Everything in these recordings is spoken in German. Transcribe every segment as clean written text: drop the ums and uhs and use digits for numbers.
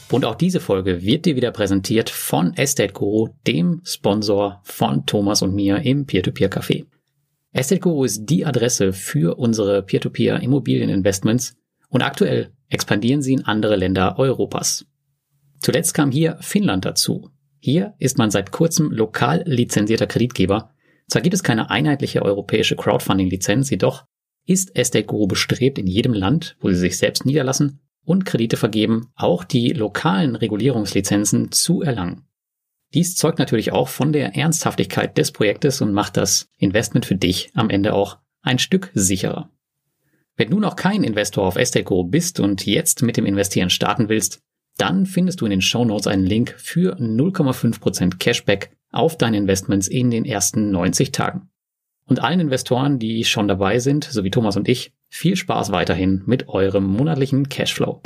Und auch diese Folge wird dir wieder präsentiert von Estate Guru, dem Sponsor von Thomas und mir im Peer-to-Peer-Café. Estate Guru ist die Adresse für unsere Peer-to-Peer-Immobilieninvestments und aktuell expandieren sie in andere Länder Europas. Zuletzt kam hier Finnland dazu. Hier ist man seit kurzem lokal lizenzierter Kreditgeber. Zwar gibt es keine einheitliche europäische Crowdfunding-Lizenz, jedoch ist Estate Guru bestrebt, in jedem Land, wo sie sich selbst niederlassen und Kredite vergeben, auch die lokalen Regulierungslizenzen zu erlangen. Dies zeugt natürlich auch von der Ernsthaftigkeit des Projektes und macht das Investment für dich am Ende auch ein Stück sicherer. Wenn du noch kein Investor auf Estate Guru bist und jetzt mit dem Investieren starten willst, dann findest du in den Shownotes einen Link für 0,5% Cashback auf deine Investments in den ersten 90 Tagen. Und allen Investoren, die schon dabei sind, so wie Thomas und ich, viel Spaß weiterhin mit eurem monatlichen Cashflow.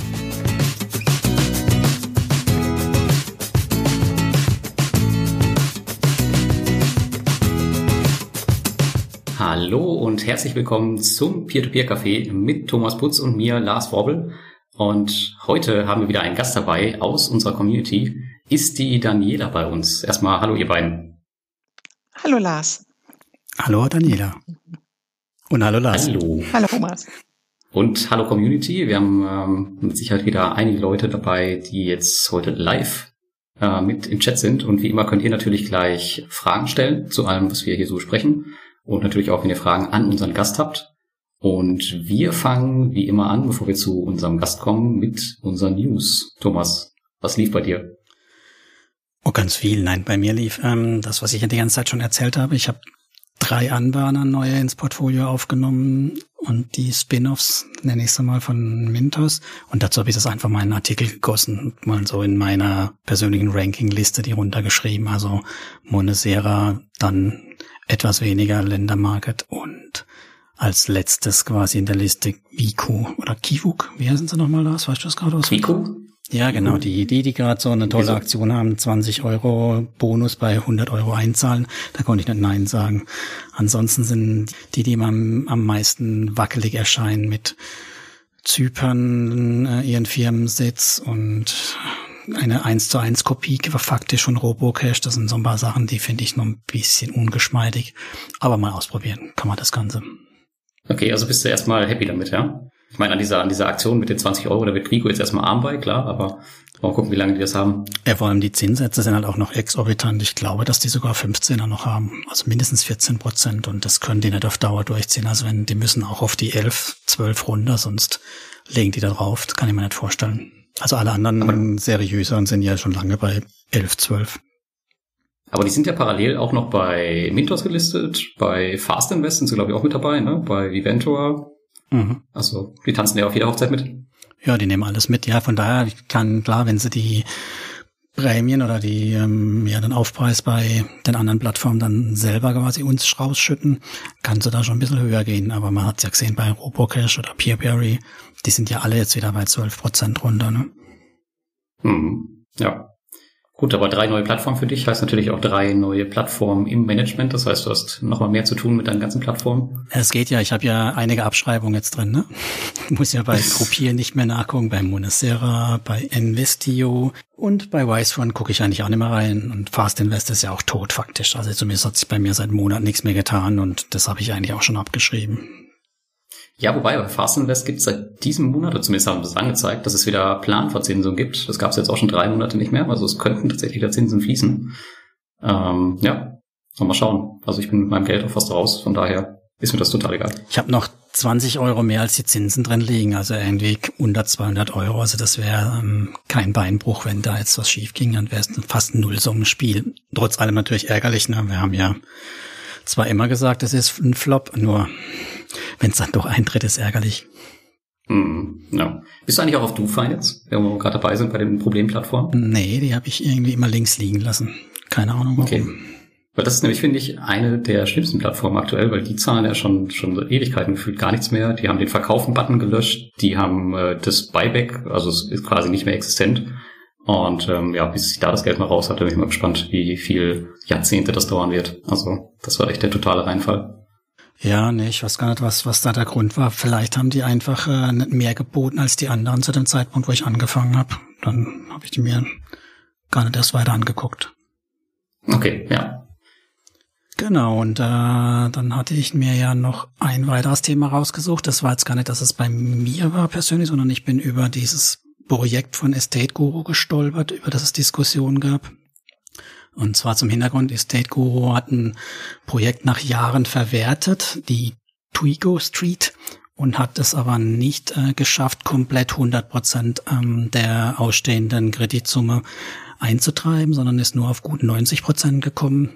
Hallo und herzlich willkommen zum Peer-to-Peer-Café mit Thomas Putz und mir, Lars Worbel. Und heute haben wir wieder einen Gast dabei aus unserer Community. Ist die Daniela bei uns? Erstmal hallo ihr beiden. Hallo Lars. Hallo Daniela. Und hallo Lars. Hallo. Hallo Thomas. Und hallo Community. Wir haben mit Sicherheit wieder einige Leute dabei, die jetzt heute live mit im Chat sind. Und wie immer könnt ihr natürlich gleich Fragen stellen zu allem, was wir hier so sprechen. Und natürlich auch, wenn ihr Fragen an unseren Gast habt. Und wir fangen wie immer an, bevor wir zu unserem Gast kommen, mit unseren News. Thomas, was lief bei dir? Oh, ganz viel. Nein, bei mir lief das, was ich ja die ganze Zeit schon erzählt habe. Ich habe 3 Anbahner neue ins Portfolio aufgenommen und die Spin-Offs, nenne ich es mal, von Mintos. Und dazu habe ich das einfach mal in einen Artikel gegossen und mal so in meiner persönlichen Ranking-Liste die runtergeschrieben. Also Monesera, dann etwas weniger Ländermarket und als letztes quasi in der Liste Viku oder Kivuk. Wie heißen sie nochmal, Lars? Weißt du das gerade? Viku? Ja, genau, die gerade so eine tolle Aktion haben, 20 € Bonus bei 100 € einzahlen, da konnte ich nicht Nein sagen. Ansonsten sind die mir am meisten wackelig erscheinen mit Zypern, ihren Firmensitz und eine 1:1 Kopie faktisch von Robocash. Das sind so ein paar Sachen, die finde ich noch ein bisschen ungeschmeidig. Aber mal ausprobieren kann man das Ganze. Okay, also bist du erstmal happy damit, ja? Ich meine, an dieser Aktion mit den 20 €, da wird Quico jetzt erstmal arm bei, klar, aber mal gucken, wie lange die das haben. Ja, vor allem die Zinssätze sind halt auch noch exorbitant. Ich glaube, dass die sogar 15er noch haben, also mindestens 14%, und das können die nicht auf Dauer durchziehen. Also die müssen auch auf die 11, 12 runter, sonst legen die da drauf. Das kann ich mir nicht vorstellen. Also alle anderen seriöseren sind ja schon lange bei 11, 12. Aber die sind ja parallel auch noch bei Mintos gelistet, bei Fast Invest sind sie, glaube ich, auch mit dabei, ne? Bei Viventor. Mhm. Also, die tanzen ja auf jeder Hochzeit mit. Ja, die nehmen alles mit. Ja, von daher kann, klar, wenn sie die Prämien oder den Aufpreis bei den anderen Plattformen dann selber quasi uns rausschütten, kann sie da schon ein bisschen höher gehen. Aber man hat es ja gesehen bei Robocash oder Peerberry, die sind ja alle jetzt wieder bei 12% runter, ne? Mhm. Ja. Gut, aber 3 neue Plattformen für dich heißt natürlich auch 3 neue Plattformen im Management. Das heißt, du hast nochmal mehr zu tun mit deinen ganzen Plattformen. Es geht ja, ich habe ja einige Abschreibungen jetzt drin, ne? Muss ja bei Gruppier nicht mehr nachgucken, bei Monesera, bei Investio und bei Wiseone gucke ich eigentlich auch nicht mehr rein. Und Fast Invest ist ja auch tot faktisch. Also zumindest hat sich bei mir seit Monaten nichts mehr getan und das habe ich eigentlich auch schon abgeschrieben. Ja, wobei bei Fast Invest gibt es seit diesem Monat, oder zumindest haben wir es angezeigt, dass es wieder Planverzinsung gibt. Das gab es jetzt auch schon 3 Monate nicht mehr, also es könnten tatsächlich wieder Zinsen fließen. Ja, mal schauen. Also ich bin mit meinem Geld auch fast raus, von daher ist mir das total egal. Ich habe noch 20 € mehr als die Zinsen drin liegen, also irgendwie unter 200 €. Also das wäre kein Beinbruch, wenn da jetzt was schief ging, dann wäre es fast ein Nullsummenspiel. Trotz allem natürlich ärgerlich, ne? Wir haben ja zwar immer gesagt, es ist ein Flop, nur wenn es dann doch eintritt, ist ärgerlich. Ja. Bist du eigentlich auch auf DoFi jetzt, wenn wir gerade dabei sind bei den Problemplattformen? Nee, die habe ich irgendwie immer links liegen lassen. Keine Ahnung warum. Okay. Weil das ist nämlich, finde ich, eine der schlimmsten Plattformen aktuell, weil die zahlen ja schon seit Ewigkeiten gefühlt gar nichts mehr. Die haben den Verkaufen-Button gelöscht, die haben das Buyback, also es ist quasi nicht mehr existent. Und bis sich da das Geld mal raus hat, bin ich mal gespannt, wie viel Jahrzehnte das dauern wird. Also das war echt der totale Reinfall. Ja, nee, ich weiß gar nicht, was da der Grund war. Vielleicht haben die einfach nicht mehr geboten als die anderen zu dem Zeitpunkt, wo ich angefangen habe. Dann habe ich die mir gar nicht erst weiter angeguckt. Okay, ja. Genau, und dann hatte ich mir ja noch ein weiteres Thema rausgesucht. Das war jetzt gar nicht, dass es bei mir war persönlich, sondern ich bin über dieses Projekt von Estate Guru gestolpert, über das es Diskussionen gab. Und zwar zum Hintergrund, Estate Guru hat ein Projekt nach Jahren verwertet, die Twigo Street, und hat es aber nicht geschafft, komplett 100% der ausstehenden Kreditsumme einzutreiben, sondern ist nur auf gut 90% gekommen.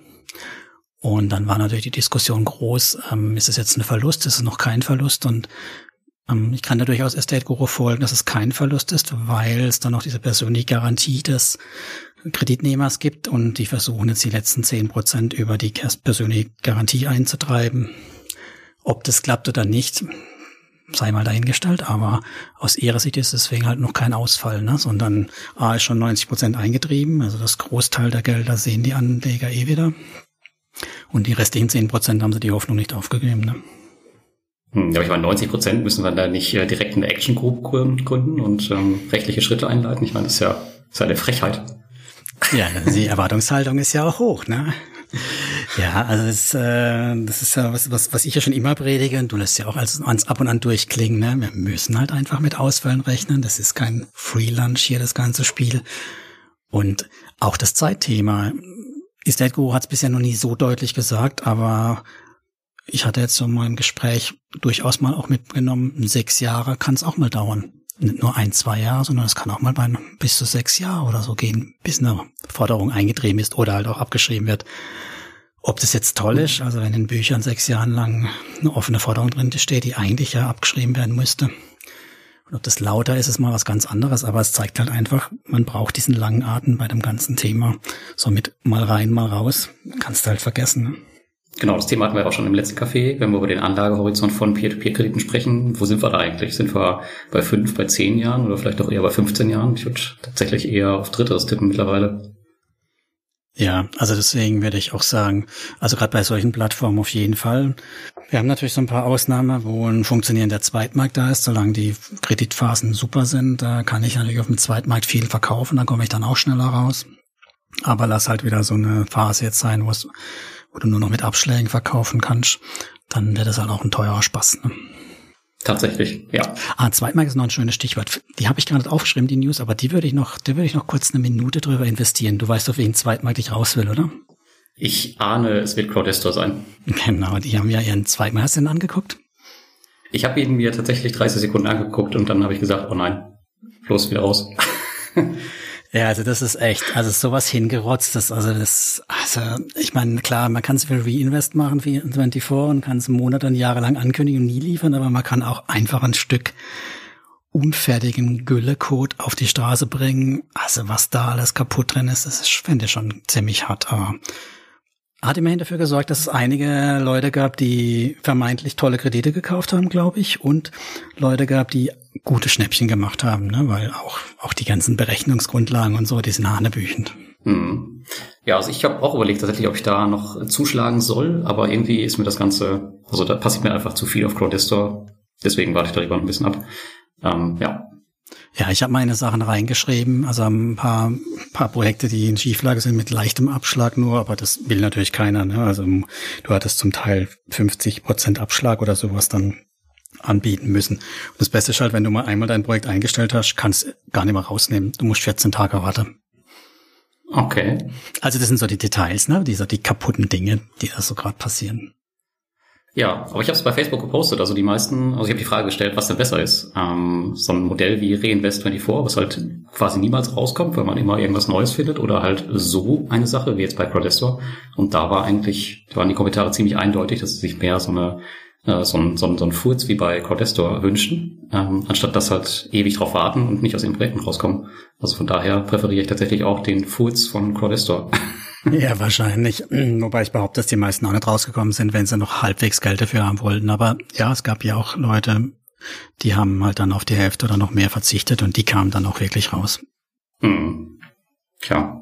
Und dann war natürlich die Diskussion groß, ist es jetzt ein Verlust, ist es noch kein Verlust? Und ich kann da durchaus Estate Guru folgen, dass es kein Verlust ist, weil es dann noch diese persönliche Garantie des Kreditnehmers gibt und die versuchen jetzt die letzten 10% über die persönliche Garantie einzutreiben. Ob das klappt oder nicht, sei mal dahingestellt, aber aus ihrer Sicht ist deswegen halt noch kein Ausfall, ne? Sondern ist schon 90% eingetrieben, also das Großteil der Gelder sehen die Anleger wieder. Und die restlichen 10% haben sie die Hoffnung nicht aufgegeben, ne? Ja, aber ich meine, 90% müssen wir da nicht direkt eine Action Group gründen und rechtliche Schritte einleiten. Ich meine, das ist ja eine Frechheit. Ja, die Erwartungshaltung ist ja auch hoch, ne? Ja, also das ist ja was ich ja schon immer predige, und du lässt ja auch als ab und an durchklingen, ne? Wir müssen halt einfach mit Ausfällen rechnen. Das ist kein Free-Lunch hier, das ganze Spiel. Und auch das Zeitthema. Estate Guru hat es bisher noch nie so deutlich gesagt, aber ich hatte jetzt so mal im Gespräch durchaus mal auch mitgenommen, 6 Jahre kann es auch mal dauern. Nicht nur 1-2 Jahre, sondern es kann auch mal bei bis zu 6 Jahre oder so gehen, bis eine Forderung eingetrieben ist oder halt auch abgeschrieben wird. Ob das jetzt toll ist, also wenn in Büchern 6 Jahren lang eine offene Forderung drin steht, die eigentlich ja abgeschrieben werden müsste. Und ob das lauter ist, ist mal was ganz anderes, aber es zeigt halt einfach, man braucht diesen langen Atem bei dem ganzen Thema. So mit mal rein, mal raus, kannst du halt vergessen, ne? Genau, das Thema hatten wir auch schon im letzten Café, wenn wir über den Anlagehorizont von Peer-to-Peer-Krediten sprechen. Wo sind wir da eigentlich? Sind wir bei 5, bei 10 Jahren oder vielleicht auch eher bei 15 Jahren? Ich würde tatsächlich eher auf Drittes tippen mittlerweile. Ja, also deswegen würde ich auch sagen, also gerade bei solchen Plattformen auf jeden Fall. Wir haben natürlich so ein paar Ausnahmen, wo ein funktionierender Zweitmarkt da ist. Solange die Kreditphasen super sind, da kann ich natürlich auf dem Zweitmarkt viel verkaufen, da komme ich dann auch schneller raus. Aber lass halt wieder so eine Phase jetzt sein, wo du nur noch mit Abschlägen verkaufen kannst, dann wird das halt auch ein teurer Spaß, ne? Tatsächlich, ja. Zweitmarkt ist noch ein schönes Stichwort. Die habe ich gar nicht aufgeschrieben, die News, aber die würde ich noch kurz eine Minute drüber investieren. Du weißt, auf wen Zweitmarkt ich raus will, oder? Ich ahne, es wird Crowdestor sein. Genau, die haben ja ihren Zweitmarkt. Hast du den angeguckt? Ich habe ihn mir tatsächlich 30 Sekunden angeguckt und dann habe ich gesagt, oh nein, bloß wieder raus. Ja, also das ist echt, also sowas hingerotztes, also ich meine, klar, man kann es für Reinvest machen, 24, und kann es Monate und Jahre lang ankündigen und nie liefern, aber man kann auch einfach ein Stück unfertigen Güllekot auf die Straße bringen. Also was da alles kaputt drin ist, das finde ich schon ziemlich hart, aber hat immerhin dafür gesorgt, dass es einige Leute gab, die vermeintlich tolle Kredite gekauft haben, glaube ich, und Leute gab, die gute Schnäppchen gemacht haben, ne, weil auch die ganzen Berechnungsgrundlagen und so, die sind hanebüchend. Ja, also ich habe auch überlegt tatsächlich, ob ich da noch zuschlagen soll, aber irgendwie ist mir das Ganze, also da passiert mir einfach zu viel auf Crowdestor, deswegen warte ich darüber noch ein bisschen ab. Ja. Ja, ich habe meine Sachen reingeschrieben, also ein paar Projekte, die in Schieflage sind mit leichtem Abschlag nur, aber das will natürlich keiner, ne? Also du hattest zum Teil 50% Abschlag oder sowas dann anbieten müssen. Und das Beste ist halt, wenn du mal einmal dein Projekt eingestellt hast, kannst du gar nicht mehr rausnehmen. Du musst 14 Tage warten. Okay. Also das sind so die Details, ne? Die kaputten Dinge, die da so gerade passieren. Ja, aber ich habe es bei Facebook gepostet, also die meisten, also ich habe die Frage gestellt, was denn besser ist. So ein Modell wie Reinvest24, was halt quasi niemals rauskommt, weil man immer irgendwas Neues findet, oder halt so eine Sache wie jetzt bei Crowdestor. Und da waren die Kommentare ziemlich eindeutig, dass sie sich mehr so ein Furz wie bei Crowdestor wünschen, anstatt dass halt ewig drauf warten und nicht aus ihren Projekten rauskommen. Also von daher präferiere ich tatsächlich auch den Furz von Crowdestor. Ja, wahrscheinlich. Wobei ich behaupte, dass die meisten auch nicht rausgekommen sind, wenn sie noch halbwegs Geld dafür haben wollten. Aber ja, es gab ja auch Leute, die haben halt dann auf die Hälfte oder noch mehr verzichtet und die kamen dann auch wirklich raus. Klar.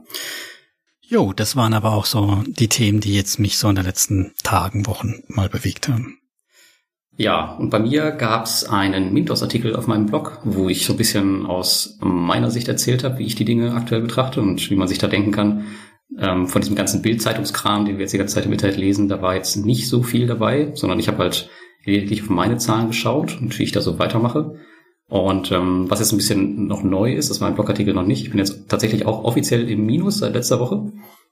Jo, das waren aber auch so die Themen, die jetzt mich so in den letzten Tagen, Wochen mal bewegt haben. Ja, und bei mir gab's einen Mintos-Artikel auf meinem Blog, wo ich so ein bisschen aus meiner Sicht erzählt habe, wie ich die Dinge aktuell betrachte und wie man sich da denken kann. Von diesem ganzen Bild-Zeitungskram, den wir jetzt die ganze Zeit im Internet lesen, da war jetzt nicht so viel dabei, sondern ich habe halt lediglich auf meine Zahlen geschaut und wie ich da so weitermache. Und was jetzt ein bisschen noch neu ist, das war ein Blogartikel noch nicht, ich bin jetzt tatsächlich auch offiziell im Minus seit letzter Woche.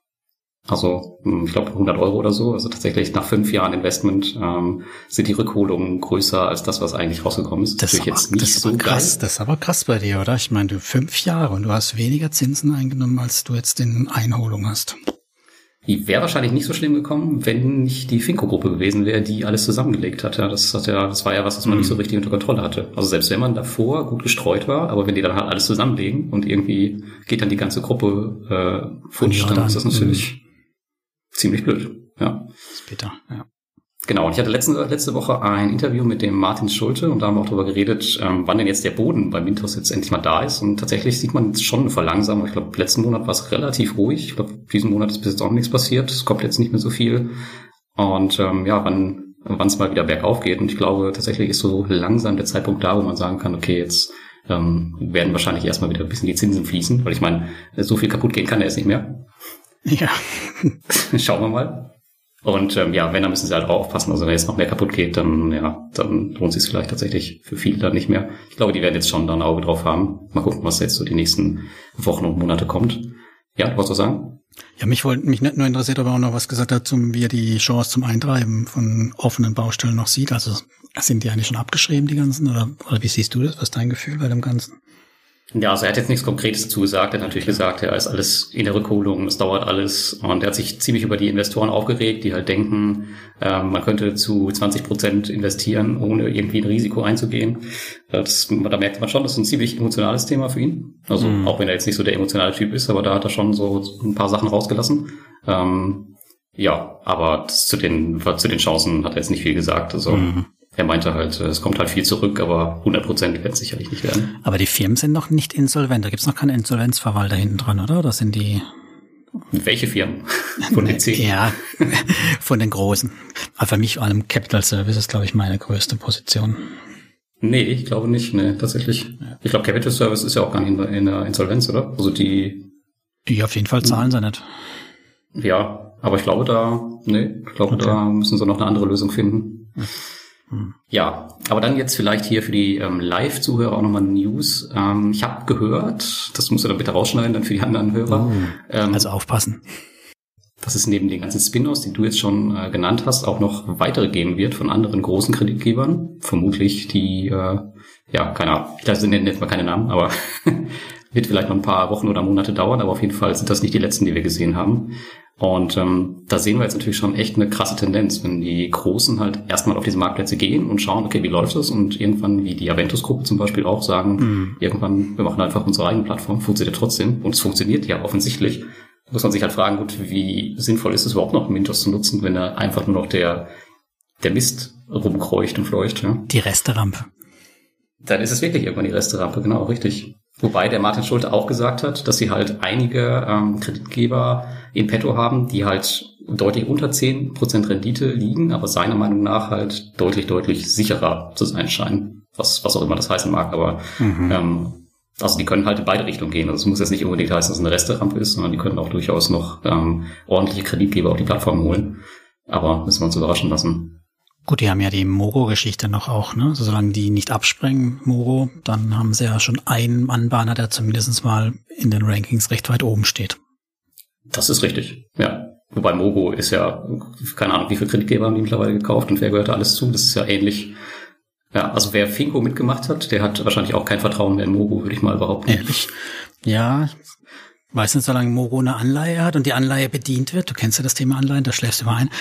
Also ich glaube 100 Euro oder so. Also tatsächlich nach 5 Jahren Investment sind die Rückholungen größer als das, was eigentlich rausgekommen ist. Das ist jetzt nicht so krass. Das ist aber krass bei dir, oder? Ich meine, du 5 Jahre und du hast weniger Zinsen eingenommen, als du jetzt in Einholung hast. Die wäre wahrscheinlich nicht so schlimm gekommen, wenn nicht die Finco-Gruppe gewesen wäre, die alles zusammengelegt hat. Ja, das war ja was man nicht so richtig unter Kontrolle hatte. Also selbst wenn man davor gut gestreut war, aber wenn die dann halt alles zusammenlegen und irgendwie geht dann die ganze Gruppe futsch, dann ist das natürlich ziemlich blöd. Ja. Das ist bitter, ja. Genau, und ich hatte letzte Woche ein Interview mit dem Martin Schulte und da haben wir auch darüber geredet, wann denn jetzt der Boden bei Mintos jetzt endlich mal da ist. Und tatsächlich sieht man jetzt schon eine Verlangsamung. Ich glaube, letzten Monat war es relativ ruhig. Ich glaube, diesen Monat ist bis jetzt auch nichts passiert. Es kommt jetzt nicht mehr so viel. Und wann es mal wieder bergauf geht. Und ich glaube, tatsächlich ist so langsam der Zeitpunkt da, wo man sagen kann, okay, jetzt werden wahrscheinlich erstmal wieder ein bisschen die Zinsen fließen. Weil ich meine, so viel kaputt gehen kann er jetzt nicht mehr. Ja. Schauen wir mal. Und wenn, dann müssen sie halt auch aufpassen. Also wenn jetzt noch mehr kaputt geht, dann lohnt sich es vielleicht tatsächlich für viele dann nicht mehr. Ich glaube, die werden jetzt schon da ein Auge drauf haben. Mal gucken, was jetzt so die nächsten Wochen und Monate kommt. Ja, du wolltest was sagen? Ja, mich nicht nur interessiert, aber auch noch was gesagt hat, wie er die Chance zum Eintreiben von offenen Baustellen noch sieht. Also sind die eigentlich schon abgeschrieben, die ganzen? Oder wie siehst du das? Was ist dein Gefühl bei dem Ganzen? Ja, also er hat jetzt nichts Konkretes dazu gesagt. Er hat natürlich gesagt, er ist alles in der Rückholung, es dauert alles. Und er hat sich ziemlich über die Investoren aufgeregt, die halt denken, man könnte zu 20% investieren, ohne irgendwie ein Risiko einzugehen. Da merkt man schon, das ist ein ziemlich emotionales Thema für ihn. Also auch wenn er jetzt nicht so der emotionale Typ ist, aber da hat er schon so ein paar Sachen rausgelassen. Aber zu den Chancen hat er jetzt nicht viel gesagt. Also er meinte halt, es kommt halt viel zurück, aber 100% wird es sicherlich nicht werden. Aber die Firmen sind noch nicht insolvent. Da gibt's noch keinen Insolvenzverwalter hinten dran, oder? Das sind die... Welche Firmen? Von den 10? Ja, von den großen. Aber für mich vor allem Capital Services, glaube ich, meine größte Position. Nee, ich glaube nicht. Nee, tatsächlich. Ja. Ich glaube, Capital Service ist ja auch gar nicht in der Insolvenz, oder? Also die auf jeden Fall zahlen sie nicht. Ja, aber ich glaube da müssen sie noch eine andere Lösung finden. Ja, aber dann jetzt vielleicht hier für die Live-Zuhörer auch nochmal News. Ich habe gehört, das musst du dann bitte rausschneiden, dann für die anderen Hörer. Also aufpassen. Dass es neben den ganzen Spin-offs, die du jetzt schon genannt hast, auch noch weitere geben wird von anderen großen Kreditgebern. Vermutlich die, keine Ahnung, ich nenne jetzt mal keine Namen, aber wird vielleicht noch ein paar Wochen oder Monate dauern, aber auf jeden Fall sind das nicht die letzten, die wir gesehen haben. Und da sehen wir jetzt natürlich schon echt eine krasse Tendenz, wenn die Großen halt erstmal auf diese Marktplätze gehen und schauen, okay, wie läuft das? Und irgendwann, wie die Aventus-Gruppe zum Beispiel auch sagen, irgendwann, wir machen einfach unsere eigene Plattform, funktioniert trotzdem. Und es funktioniert ja offensichtlich. Da muss man sich halt fragen, gut, wie sinnvoll ist es überhaupt noch, Mintos zu nutzen, wenn da einfach nur noch der Mist rumkreucht und fleucht. Ja? Die Resterampe. Dann ist es wirklich irgendwann die Resterampe, genau, richtig. Wobei der Martin Schulte auch gesagt hat, dass sie halt einige Kreditgeber in petto haben, die halt deutlich unter 10% Rendite liegen, aber seiner Meinung nach halt deutlich, deutlich sicherer zu sein scheinen. Was auch immer das heißen mag, aber also die können halt in beide Richtungen gehen. Also es muss jetzt nicht unbedingt heißen, dass es eine Resterampe ist, sondern die können auch durchaus noch ordentliche Kreditgeber auf die Plattform holen. Aber müssen wir uns überraschen lassen. Gut, die haben ja die Moro-Geschichte noch auch, ne? Also solange die nicht absprengen, Moro, dann haben sie ja schon einen Anbahner, der zumindest mal in den Rankings recht weit oben steht. Das ist richtig, ja. Wobei Moro ist ja, keine Ahnung, wie viele Kreditgeber haben die mittlerweile gekauft und wer gehört da alles zu? Das ist ja ähnlich. Ja, also wer Finco mitgemacht hat, der hat wahrscheinlich auch kein Vertrauen mehr in Moro, würde ich mal behaupten. Ehrlich? Ja. Weißt du, solange Moro eine Anleihe hat und die Anleihe bedient wird, du kennst ja das Thema Anleihen, da schläfst du immer ein.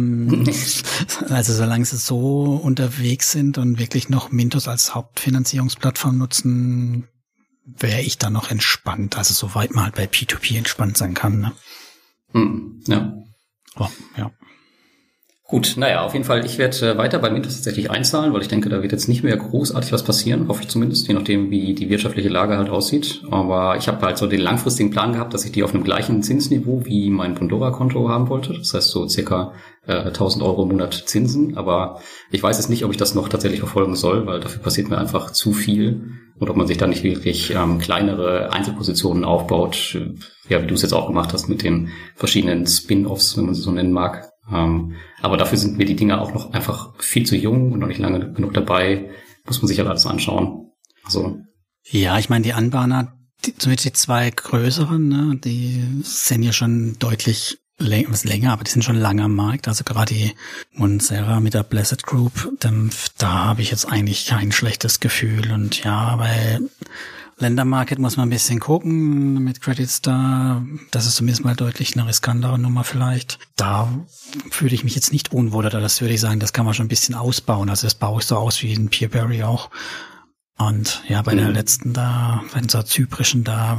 Also solange sie so unterwegs sind und wirklich noch Mintos als Hauptfinanzierungsplattform nutzen, wäre ich da noch entspannt. Also soweit man halt bei P2P entspannt sein kann. Ne? Ja. Oh, ja. Gut, naja, auf jeden Fall, ich werde weiter bei Mintos tatsächlich einzahlen, weil ich denke, da wird jetzt nicht mehr großartig was passieren, hoffe ich zumindest, je nachdem, wie die wirtschaftliche Lage halt aussieht. Aber ich habe halt so den langfristigen Plan gehabt, dass ich die auf einem gleichen Zinsniveau wie mein Pandora-Konto haben wollte. Das heißt so circa 1.000 Euro im Monat Zinsen. Aber ich weiß jetzt nicht, ob ich das noch tatsächlich verfolgen soll, weil dafür passiert mir einfach zu viel. Und ob man sich da nicht wirklich kleinere Einzelpositionen aufbaut, ja, wie du es jetzt auch gemacht hast mit den verschiedenen Spin-Offs, wenn man sie so nennen mag. Aber dafür sind mir die Dinger auch noch einfach viel zu jung und noch nicht lange genug dabei. Muss man sich halt alles anschauen. Also. Ja, ich meine, die Anbahner, zumindest die zwei größeren, ne, die sind ja schon deutlich länger, aber die sind schon lange am Markt. Also gerade die Monstera mit der Blessed Group, da habe ich jetzt eigentlich kein schlechtes Gefühl. Und ja, bei Ländermarket muss man ein bisschen gucken mit Credit Star. Das ist zumindest mal deutlich eine riskantere Nummer vielleicht. Da fühle ich mich jetzt nicht unwohl, oder das würde ich sagen, das kann man schon ein bisschen ausbauen. Also das baue ich so aus wie in Peerberry auch. Und ja, bei der letzten da, bei dieser zyprischen da,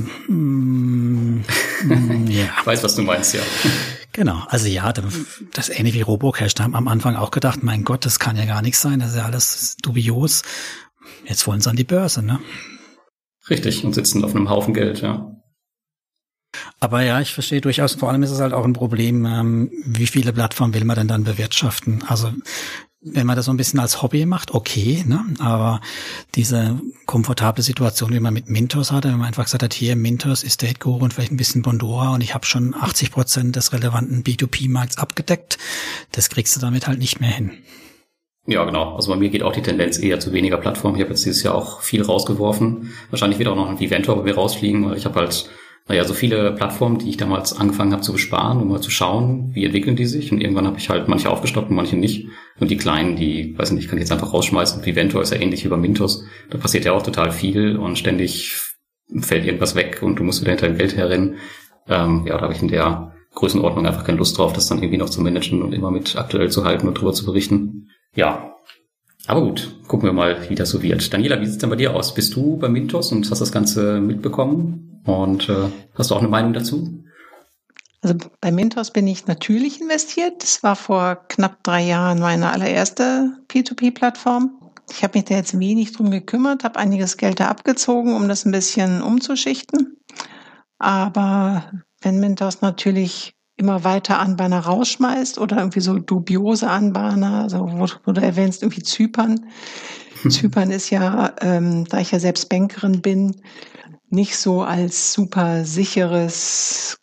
ja. Ich weiß, was du meinst, ja. Genau, also ja, das ist ähnlich wie Robocash. Da haben wir am Anfang auch gedacht, mein Gott, das kann ja gar nichts sein, das ist ja alles dubios. Jetzt wollen sie an die Börse, ne? Richtig, und sitzen auf einem Haufen Geld, ja. Aber ja, ich verstehe durchaus, vor allem ist es halt auch ein Problem, wie viele Plattformen will man denn dann bewirtschaften? Also wenn man das so ein bisschen als Hobby macht, okay, ne? Aber diese komfortable Situation, wie man mit Mintos hatte, wenn man einfach gesagt hat, hier Mintos, Estate Guru und vielleicht ein bisschen Pandora und ich habe schon 80% des relevanten B2P-Markts abgedeckt, das kriegst du damit halt nicht mehr hin. Ja, genau. Also bei mir geht auch die Tendenz eher zu weniger Plattformen. Ich habe jetzt dieses Jahr auch viel rausgeworfen. Wahrscheinlich wird auch noch ein Viventor bei mir rausfliegen, weil ich habe halt, so viele Plattformen, die ich damals angefangen habe zu besparen, um mal zu schauen, wie entwickeln die sich. Und irgendwann habe ich halt manche aufgestockt und manche nicht. Und die kleinen, die, weiß nicht, kann ich jetzt einfach rausschmeißen. Viventor ist ja ähnlich wie bei Mintos. Da passiert ja auch total viel und ständig fällt irgendwas weg und du musst wieder hinter dem Geld herrennen. Da habe ich in der Größenordnung einfach keine Lust drauf, das dann irgendwie noch zu managen und immer mit aktuell zu halten und drüber zu berichten. Ja, aber gut, gucken wir mal, wie das so wird. Daniela, wie sieht's denn bei dir aus? Bist du bei Mintos und hast das Ganze mitbekommen? Und hast du auch eine Meinung dazu? Also bei Mintos bin ich natürlich investiert. Das war vor knapp 3 Jahren meine allererste P2P-Plattform. Ich habe mich da jetzt wenig drum gekümmert, habe einiges Geld da abgezogen, um das ein bisschen umzuschichten. Aber wenn Mintos natürlich immer weiter Anbahner rausschmeißt oder irgendwie so dubiose Anbahner, also wo du erwähnst, irgendwie Zypern. Zypern ist ja, da ich ja selbst Bankerin bin, nicht so als super sicheres,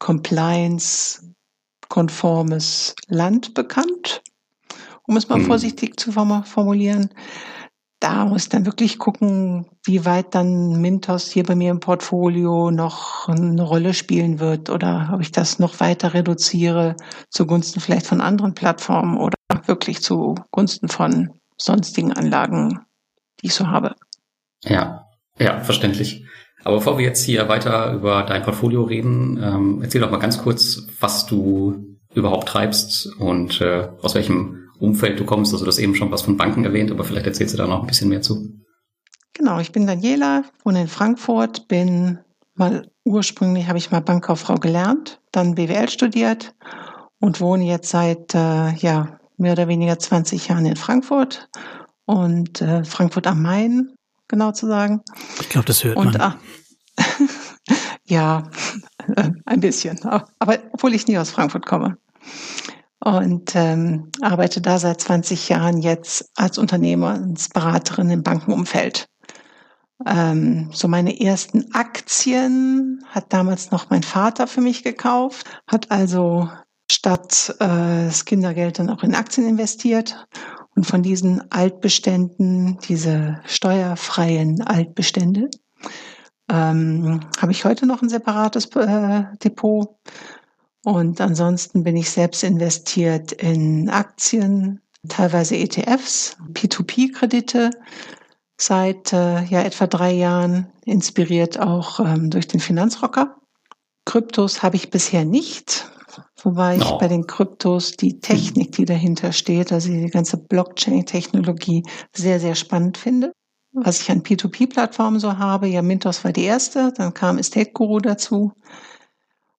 compliance-konformes Land bekannt, um es mal vorsichtig zu formulieren. Da muss ich dann wirklich gucken, wie weit dann Mintos hier bei mir im Portfolio noch eine Rolle spielen wird oder ob ich das noch weiter reduziere zugunsten vielleicht von anderen Plattformen oder wirklich zugunsten von sonstigen Anlagen, die ich so habe. Ja, verständlich. Aber bevor wir jetzt hier weiter über dein Portfolio reden, erzähl doch mal ganz kurz, was du überhaupt treibst und aus welchem Umfeld du kommst. Also du hast eben schon was von Banken erwähnt, aber vielleicht erzählst du da noch ein bisschen mehr zu. Genau, ich bin Daniela, wohne in Frankfurt, ursprünglich habe ich mal Bankkauffrau gelernt, dann BWL studiert und wohne jetzt seit mehr oder weniger 20 Jahren in Frankfurt und Frankfurt am Main, genau zu sagen. Ich glaube, das hört man. Ja, ein bisschen, aber obwohl ich nie aus Frankfurt komme. Und arbeite da seit 20 Jahren jetzt als Unternehmensberaterin im Bankenumfeld. So meine ersten Aktien hat damals noch mein Vater für mich gekauft, hat also statt das Kindergeld dann auch in Aktien investiert. Und von diesen Altbeständen, diese steuerfreien Altbestände, habe ich heute noch ein separates Depot. Und ansonsten bin ich selbst investiert in Aktien, teilweise ETFs, P2P-Kredite seit etwa 3 Jahren, inspiriert auch durch den Finanzrocker. Kryptos habe ich bisher nicht, wobei ich bei den Kryptos die Technik, die dahinter steht, also die ganze Blockchain-Technologie, sehr, sehr spannend finde. Was ich an P2P-Plattformen so habe, Mintos war die erste, dann kam Estate Guru dazu.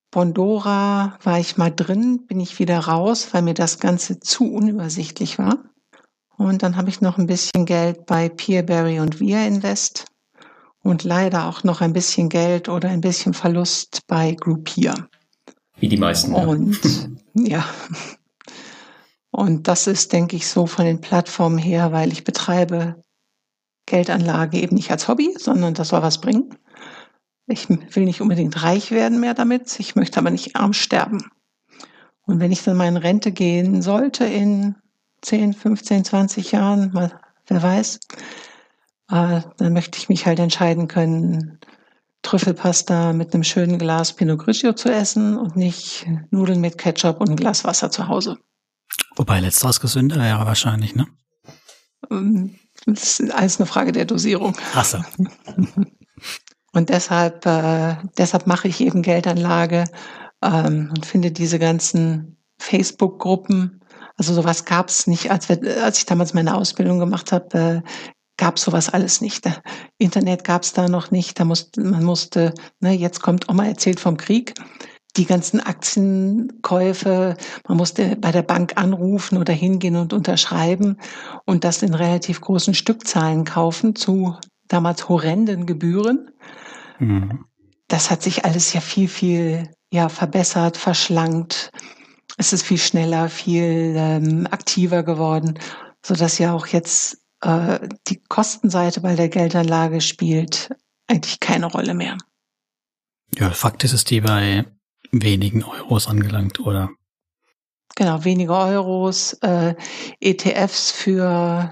Bondora war ich mal drin, bin ich wieder raus, weil mir das Ganze zu unübersichtlich war. Und dann habe ich noch ein bisschen Geld bei Peerberry und Via Invest und leider auch noch ein bisschen Geld oder ein bisschen Verlust bei Groupier. Wie die meisten. Und ja. Und das ist, denke ich, so von den Plattformen her, weil ich betreibe Geldanlage eben nicht als Hobby, sondern das soll was bringen. Ich will nicht unbedingt reich werden mehr damit, ich möchte aber nicht arm sterben. Und wenn ich dann mal in Rente gehen sollte in 10, 15, 20 Jahren, mal, wer weiß, dann möchte ich mich halt entscheiden können, Trüffelpasta mit einem schönen Glas Pinot Grigio zu essen und nicht Nudeln mit Ketchup und ein Glas Wasser zu Hause. Wobei letzteres gesünder wäre wahrscheinlich, ne? Das ist alles eine Frage der Dosierung. Ach so. Und deshalb mache ich eben Geldanlage und finde diese ganzen Facebook-Gruppen, also sowas gab es nicht, als ich damals meine Ausbildung gemacht habe, gab es sowas alles nicht. Internet gab es da noch nicht, man musste, jetzt kommt Oma erzählt vom Krieg, die ganzen Aktienkäufe, man musste bei der Bank anrufen oder hingehen und unterschreiben und das in relativ großen Stückzahlen kaufen zu damals horrenden Gebühren. Mhm. Das hat sich alles ja viel verbessert, verschlankt. Es ist viel schneller, viel aktiver geworden, sodass ja auch jetzt die Kostenseite bei der Geldanlage spielt eigentlich keine Rolle mehr. Ja, Fakt ist, es die bei wenigen Euros angelangt, oder? Genau, wenige Euros, ETFs für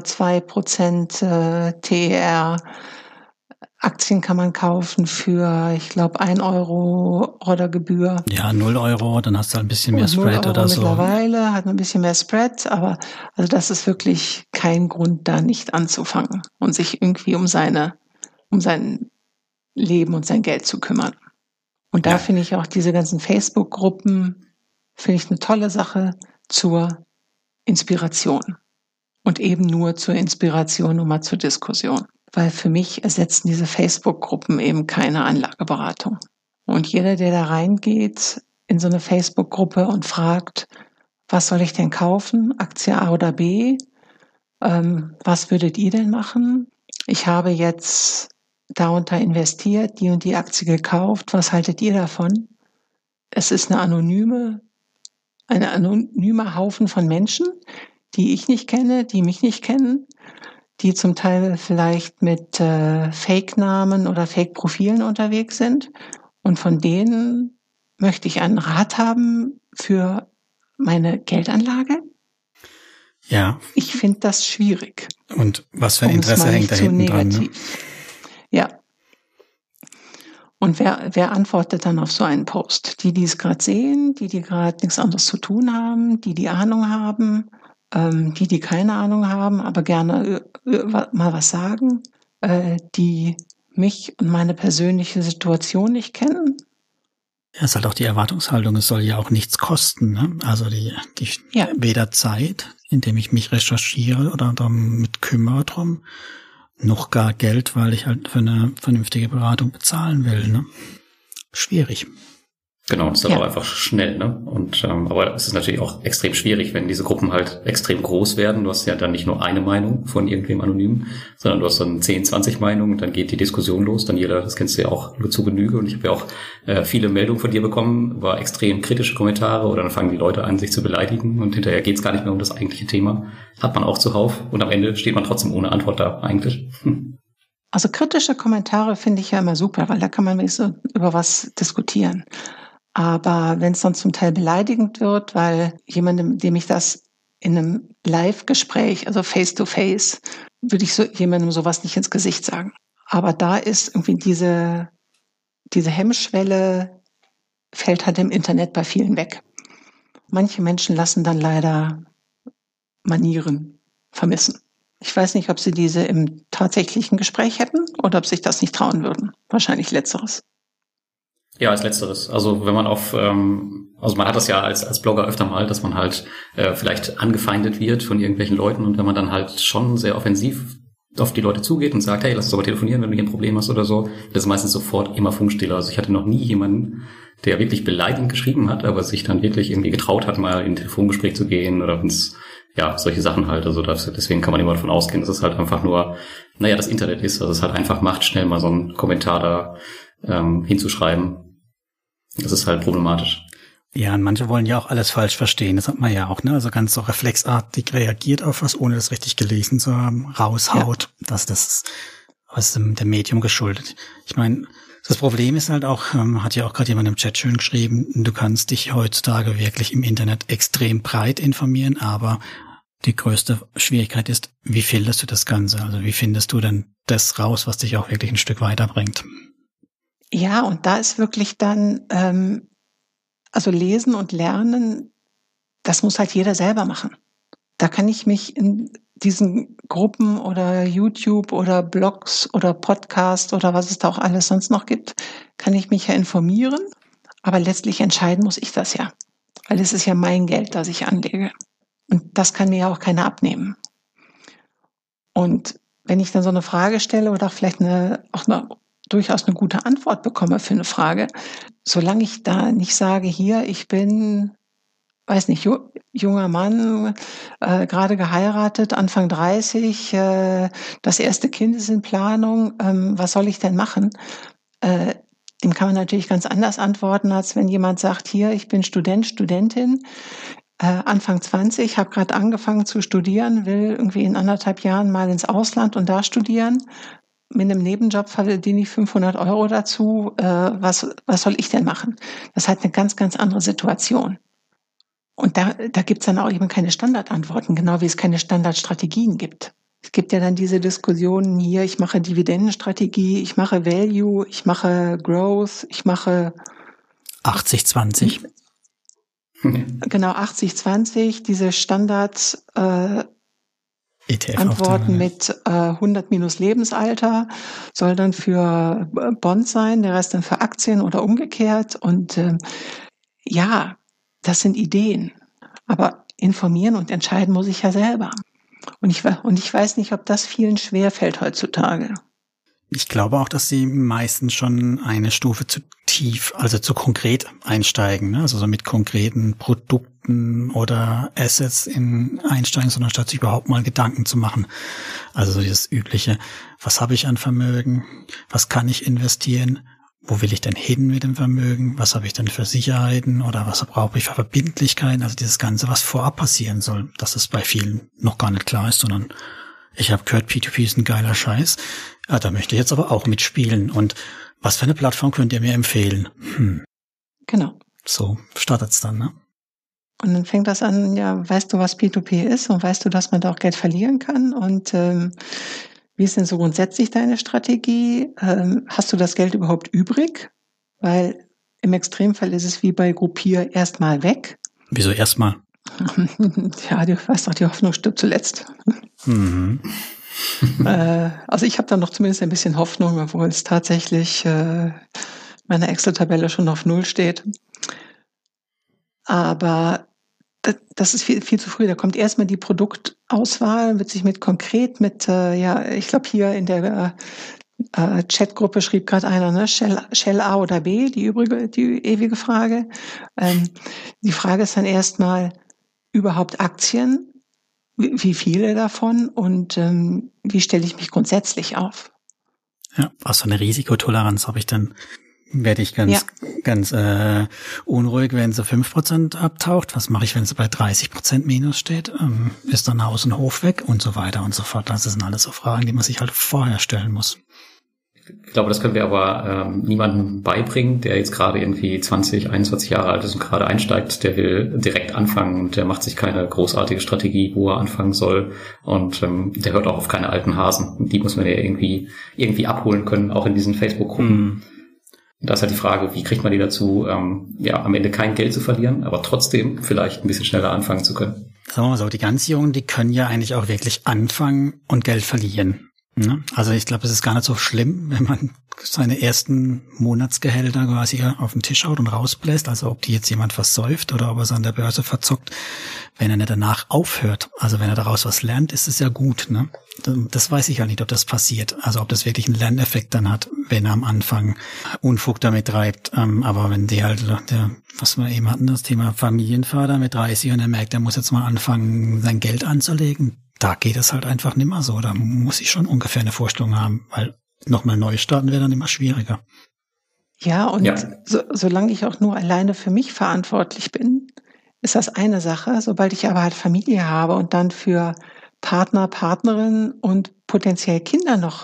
0,2% TER, Aktien kann man kaufen für, ich glaube, 1 Euro Ordergebühr. Ja, 0 Euro, dann hast du ein bisschen mehr Spread oder so. Mittlerweile hat man ein bisschen mehr Spread, aber also das ist wirklich kein Grund, da nicht anzufangen und sich irgendwie um sein Leben und sein Geld zu kümmern. Und da finde ich auch diese ganzen Facebook-Gruppen, finde ich eine tolle Sache zur Inspiration. Und eben nur zur Inspiration und mal zur Diskussion. Weil für mich ersetzen diese Facebook-Gruppen eben keine Anlageberatung. Und jeder, der da reingeht in so eine Facebook-Gruppe und fragt, was soll ich denn kaufen, Aktie A oder B, was würdet ihr denn machen? Ich habe jetzt darunter investiert, die und die Aktie gekauft, was haltet ihr davon? Es ist ein anonymer Haufen von Menschen, die ich nicht kenne, die mich nicht kennen, die zum Teil vielleicht mit Fake-Namen oder Fake-Profilen unterwegs sind. Und von denen möchte ich einen Rat haben für meine Geldanlage. Ja. Ich finde das schwierig. Und was für ein Interesse hängt da hinten dran? Ne? Ja. Und wer antwortet dann auf so einen Post? Die es gerade sehen, die gerade nichts anderes zu tun haben, die Ahnung haben, die keine Ahnung haben, aber gerne mal was sagen, die mich und meine persönliche Situation nicht kennen. Ja, es ist halt auch die Erwartungshaltung, es soll ja auch nichts kosten, ne? Also weder Zeit, indem ich mich recherchiere oder damit kümmere drum, noch gar Geld, weil ich halt für eine vernünftige Beratung bezahlen will, ne? Schwierig. Genau, das ist aber einfach schnell, ne? Und aber es ist natürlich auch extrem schwierig, wenn diese Gruppen halt extrem groß werden. Du hast ja dann nicht nur eine Meinung von irgendwem anonym, sondern du hast dann 10, 20 Meinungen, dann geht die Diskussion los, dann jeder, das kennst du ja auch nur zu Genüge. Und ich habe ja auch viele Meldungen von dir bekommen über extrem kritische Kommentare oder dann fangen die Leute an, sich zu beleidigen und hinterher geht's gar nicht mehr um das eigentliche Thema. Hat man auch zuhauf und am Ende steht man trotzdem ohne Antwort da eigentlich. Also kritische Kommentare finde ich ja immer super, weil da kann man so über was diskutieren. Aber wenn es dann zum Teil beleidigend wird, weil jemandem, dem ich das in einem Live-Gespräch, also face-to-face, würde ich jemandem sowas nicht ins Gesicht sagen. Aber da ist irgendwie diese Hemmschwelle, fällt halt im Internet bei vielen weg. Manche Menschen lassen dann leider Manieren vermissen. Ich weiß nicht, ob sie diese im tatsächlichen Gespräch hätten oder ob sich das nicht trauen würden. Wahrscheinlich Letzteres. Ja, als Letzteres. Also wenn man also man hat das ja als Blogger öfter mal, dass man halt vielleicht angefeindet wird von irgendwelchen Leuten und wenn man dann halt schon sehr offensiv auf die Leute zugeht und sagt, hey, lass uns aber telefonieren, wenn du hier ein Problem hast oder so, das ist meistens sofort immer Funkstille. Also ich hatte noch nie jemanden, der wirklich beleidigend geschrieben hat, aber sich dann wirklich irgendwie getraut hat, mal in ein Telefongespräch zu gehen oder wenn's, ja, solche Sachen halt. Also deswegen kann man immer davon ausgehen, dass es halt einfach nur, das Internet ist, also es halt einfach macht, schnell mal so einen Kommentar da hinzuschreiben. Das ist halt problematisch. Ja, und manche wollen ja auch alles falsch verstehen. Das hat man ja auch, ne? Also ganz so reflexartig reagiert auf was, ohne das richtig gelesen zu haben, raushaut. Ja. Das ist aus dem Medium geschuldet. Ich meine, das Problem ist halt auch, hat ja auch gerade jemand im Chat schön geschrieben, du kannst dich heutzutage wirklich im Internet extrem breit informieren, aber die größte Schwierigkeit ist, wie filterst du das Ganze? Also wie findest du denn das raus, was dich auch wirklich ein Stück weiterbringt? Ja, und da ist wirklich dann, also Lesen und Lernen, das muss halt jeder selber machen. Da kann ich mich in diesen Gruppen oder YouTube oder Blogs oder Podcast oder was es da auch alles sonst noch gibt, kann ich mich ja informieren, aber letztlich entscheiden muss ich das ja, weil es ist ja mein Geld, das ich anlege. Und das kann mir ja auch keiner abnehmen. Und wenn ich dann so eine Frage stelle oder vielleicht durchaus eine gute Antwort bekomme für eine Frage, solange ich da nicht sage, hier, ich bin, weiß nicht, junger Mann, gerade geheiratet, Anfang 30, das erste Kind ist in Planung, was soll ich denn machen? Dem kann man natürlich ganz anders antworten, als wenn jemand sagt, hier, ich bin Student, Studentin, Anfang 20, habe gerade angefangen zu studieren, will irgendwie in 1,5 Jahren mal ins Ausland und da studieren. Mit einem Nebenjob verdiene ich 500 € dazu. Was soll ich denn machen? Das ist halt eine ganz, ganz andere Situation. Und da gibt's dann auch eben keine Standardantworten, genau wie es keine Standardstrategien gibt. Es gibt ja dann diese Diskussionen hier, ich mache Dividendenstrategie, ich mache Value, ich mache Growth, ich mache 80-20. Genau, 80-20, diese Standard Antworten mit 100 minus Lebensalter soll dann für Bonds sein, der Rest dann für Aktien oder umgekehrt. Und ja, das sind Ideen. Aber informieren und entscheiden muss ich ja selber. Und ich weiß nicht, ob das vielen schwerfällt heutzutage. Ich glaube auch, dass sie meistens schon eine Stufe zu tief, also zu konkret einsteigen, ne? Also so mit konkreten Produkten oder Assets einsteigen, sondern statt sich überhaupt mal Gedanken zu machen. Also so dieses übliche, was habe ich an Vermögen, was kann ich investieren, wo will ich denn hin mit dem Vermögen, was habe ich denn für Sicherheiten oder was brauche ich für Verbindlichkeiten, also dieses Ganze, was vorab passieren soll, dass es bei vielen noch gar nicht klar ist, sondern ich habe gehört, P2P ist ein geiler Scheiß. Ja, da möchte ich jetzt aber auch mitspielen. Und was für eine Plattform könnt ihr mir empfehlen? Genau. So startet's dann, ne? Und dann fängt das an, ja, weißt du, was P2P ist und weißt du, dass man da auch Geld verlieren kann? Und wie ist denn so grundsätzlich deine Strategie? Hast du das Geld überhaupt übrig? Weil im Extremfall ist es wie bei Gruppier erstmal weg. Wieso erstmal? Ja, du weißt doch, die Hoffnung stirbt zuletzt. Mhm. Also ich habe da noch zumindest ein bisschen Hoffnung, obwohl es tatsächlich meine Excel-Tabelle schon auf 0 steht. Aber das ist viel, viel zu früh. Da kommt erstmal die Produktauswahl, wird sich ich glaube hier in der Chatgruppe schrieb gerade einer, ne, Shell A oder B, die ewige Frage. Die Frage ist dann erstmal überhaupt Aktien, wie viele davon und wie stelle ich mich grundsätzlich auf? Ja, was für eine Risikotoleranz habe ich denn? Werde ich ganz unruhig, wenn sie 5% abtaucht? Was mache ich, wenn sie bei 30% Minus steht? Ist dann Haus und Hof weg und so weiter und so fort? Das sind alles so Fragen, die man sich halt vorher stellen muss. Ich glaube, das können wir aber niemandem beibringen, der jetzt gerade irgendwie 20, 21 Jahre alt ist und gerade einsteigt. Der will direkt anfangen und der macht sich keine großartige Strategie, wo er anfangen soll. Und der hört auch auf keine alten Hasen. Die muss man ja irgendwie abholen können, auch in diesen Facebook-Gruppen. Da ist halt die Frage, wie kriegt man die dazu, am Ende kein Geld zu verlieren, aber trotzdem vielleicht ein bisschen schneller anfangen zu können. Sagen wir mal so, die ganz Jungen, die können ja eigentlich auch wirklich anfangen und Geld verlieren. Ja, also ich glaube, es ist gar nicht so schlimm, wenn man seine ersten Monatsgehälter quasi auf den Tisch haut und rausbläst, also ob die jetzt jemand versäuft oder ob er es an der Börse verzockt, wenn er nicht danach aufhört. Also wenn er daraus was lernt, ist es ja gut, ne? Das weiß ich halt nicht, ob das passiert. Also ob das wirklich einen Lerneffekt dann hat, wenn er am Anfang Unfug damit treibt. Aber wenn die halt, was wir eben hatten, das Thema Familienvater mit 30 und er merkt, er muss jetzt mal anfangen, sein Geld anzulegen, da geht es halt einfach nicht mehr so. Da muss ich schon ungefähr eine Vorstellung haben, weil nochmal neu starten wäre dann immer schwieriger. Ja, und solange ich auch nur alleine für mich verantwortlich bin, ist das eine Sache. Sobald ich aber halt Familie habe und dann für Partner, Partnerin und potenziell Kinder noch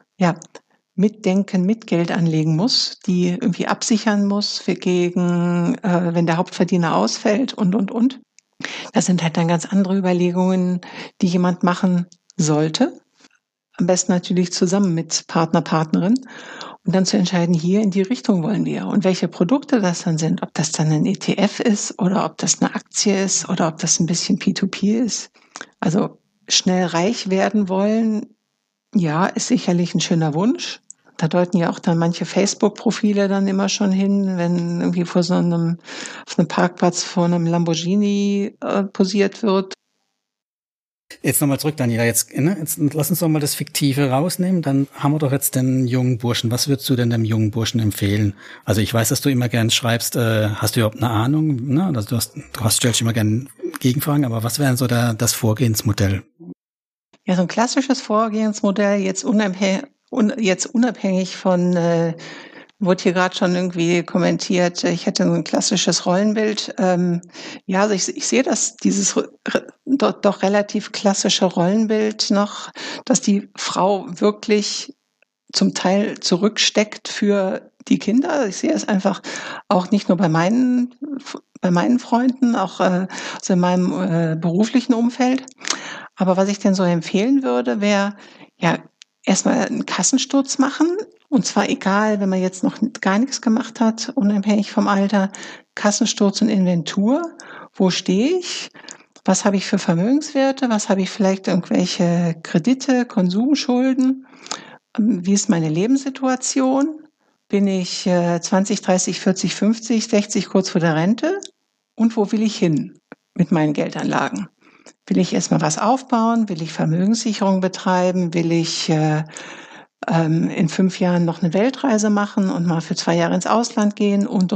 mitdenken, mit Geld anlegen muss, die irgendwie absichern muss für gegen, wenn der Hauptverdiener ausfällt und. Das sind halt dann ganz andere Überlegungen, die jemand machen sollte. Am besten natürlich zusammen mit Partner, Partnerin. Und dann zu entscheiden, hier in die Richtung wollen wir. Und welche Produkte das dann sind, ob das dann ein ETF ist oder ob das eine Aktie ist oder ob das ein bisschen P2P ist. Also schnell reich werden wollen, ja, ist sicherlich ein schöner Wunsch. Da deuten ja auch dann manche Facebook-Profile dann immer schon hin, wenn irgendwie auf einem Parkplatz vor einem Lamborghini posiert wird. Jetzt nochmal zurück, Daniela. Jetzt lass uns doch mal das Fiktive rausnehmen. Dann haben wir doch jetzt den jungen Burschen. Was würdest du denn dem jungen Burschen empfehlen? Also ich weiß, dass du immer gern schreibst, hast du überhaupt eine Ahnung? Ne? Also stellst immer gern Gegenfragen, aber was wäre denn so das Vorgehensmodell? Ja, so ein klassisches Vorgehensmodell, jetzt unabhängig von, wurde hier gerade schon irgendwie kommentiert, ich hätte so ein klassisches Rollenbild. Also ich sehe dieses doch relativ klassische Rollenbild noch, dass die Frau wirklich zum Teil zurücksteckt für die Kinder. Ich sehe es einfach auch nicht nur bei meinen Freunden, auch also in meinem beruflichen Umfeld. Aber was ich denn so empfehlen würde, wäre erstmal einen Kassensturz machen. Und zwar egal, wenn man jetzt noch gar nichts gemacht hat, unabhängig vom Alter, Kassensturz und Inventur. Wo stehe ich? Was habe ich für Vermögenswerte? Was habe ich vielleicht irgendwelche Kredite, Konsumschulden? Wie ist meine Lebenssituation? Bin ich 20, 30, 40, 50, 60 kurz vor der Rente? Und wo will ich hin mit meinen Geldanlagen? Will ich erstmal was aufbauen? Will ich Vermögenssicherung betreiben? Will ich in 5 Jahren noch eine Weltreise machen und mal für 2 Jahre ins Ausland gehen und.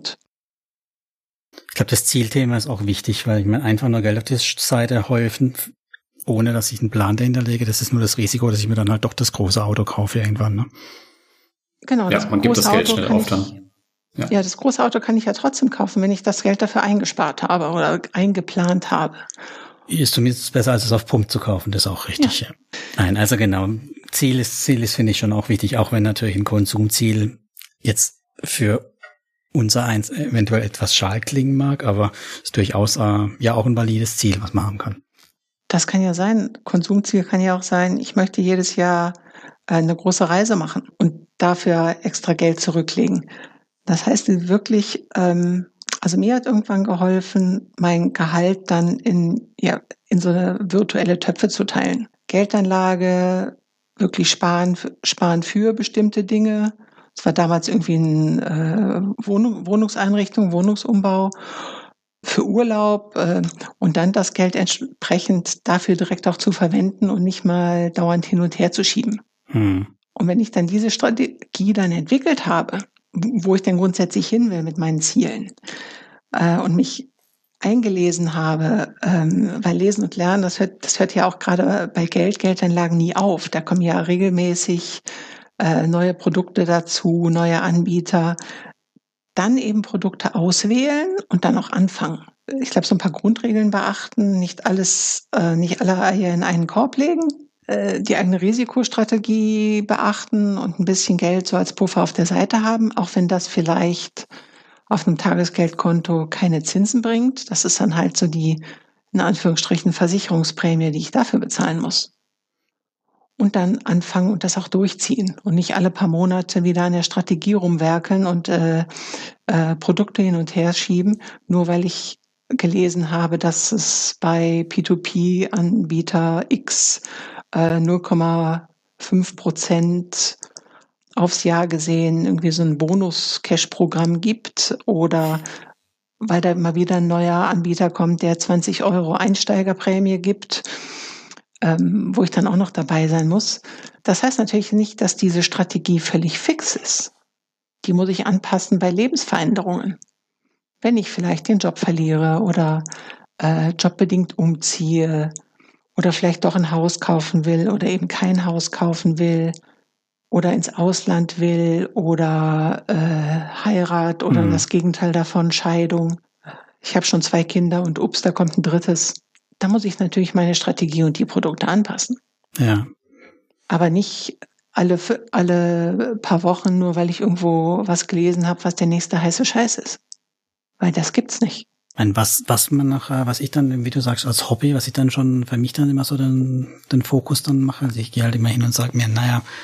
Ich glaube, das Zielthema ist auch wichtig, weil ich meine, einfach nur Geld auf die Seite häufen, ohne dass ich einen Plan dahinter lege, das ist nur das Risiko, dass ich mir dann halt doch das große Auto kaufe irgendwann. Ne? Genau. Ja, man gibt das Geld schnell auf dann. Ja, das große Auto kann ich ja trotzdem kaufen, wenn ich das Geld dafür eingespart habe oder eingeplant habe. Ist zumindest besser, als es auf Pump zu kaufen, das ist auch richtig. Ja. Nein, also genau, Ziel ist, finde ich schon auch wichtig, auch wenn natürlich ein Konsumziel jetzt für unser eins eventuell etwas schal klingen mag, aber ist durchaus auch ein valides Ziel, was man haben kann. Das kann ja sein. Konsumziel kann ja auch sein, ich möchte jedes Jahr eine große Reise machen und dafür extra Geld zurücklegen. Das heißt wirklich, also mir hat irgendwann geholfen, mein Gehalt dann in so eine virtuelle Töpfe zu teilen. Geldanlage, wirklich sparen für bestimmte Dinge. Es war damals irgendwie eine Wohnungseinrichtung, Wohnungsumbau, für Urlaub und dann das Geld entsprechend dafür direkt auch zu verwenden und nicht mal dauernd hin und her zu schieben. Und wenn ich dann diese Strategie dann entwickelt habe, wo ich denn grundsätzlich hin will mit meinen Zielen und mich eingelesen habe, weil Lesen und Lernen, das hört ja auch gerade bei Geldanlagen nie auf. Da kommen ja regelmäßig neue Produkte dazu, neue Anbieter. Dann eben Produkte auswählen und dann auch anfangen. Ich glaube, so ein paar Grundregeln beachten, nicht alle Eier in einen Korb legen, die eigene Risikostrategie beachten und ein bisschen Geld so als Puffer auf der Seite haben, auch wenn das vielleicht auf einem Tagesgeldkonto keine Zinsen bringt. Das ist dann halt so die, in Anführungsstrichen, Versicherungsprämie, die ich dafür bezahlen muss. Und dann anfangen und das auch durchziehen und nicht alle paar Monate wieder an der Strategie rumwerkeln und Produkte hin und her schieben, nur weil ich gelesen habe, dass es bei P2P-Anbieter X 0,5 5% aufs Jahr gesehen irgendwie so ein Bonus-Cash-Programm gibt oder weil da immer wieder ein neuer Anbieter kommt, der 20 € Einsteigerprämie gibt, wo ich dann auch noch dabei sein muss. Das heißt natürlich nicht, dass diese Strategie völlig fix ist. Die muss ich anpassen bei Lebensveränderungen. Wenn ich vielleicht den Job verliere oder jobbedingt umziehe oder vielleicht doch ein Haus kaufen will oder eben kein Haus kaufen will oder ins Ausland will oder Heirat oder das Gegenteil davon, Scheidung. Ich habe schon 2 Kinder und ups, da kommt ein drittes. Da muss ich natürlich meine Strategie und die Produkte anpassen. Ja. Aber nicht alle paar Wochen, nur weil ich irgendwo was gelesen habe, was der nächste heiße Scheiß ist. Weil das gibt's nicht. Was ich dann, wie du sagst, als Hobby, was ich dann schon für mich dann immer so den Fokus dann mache, also ich gehe halt immer hin und sage mir,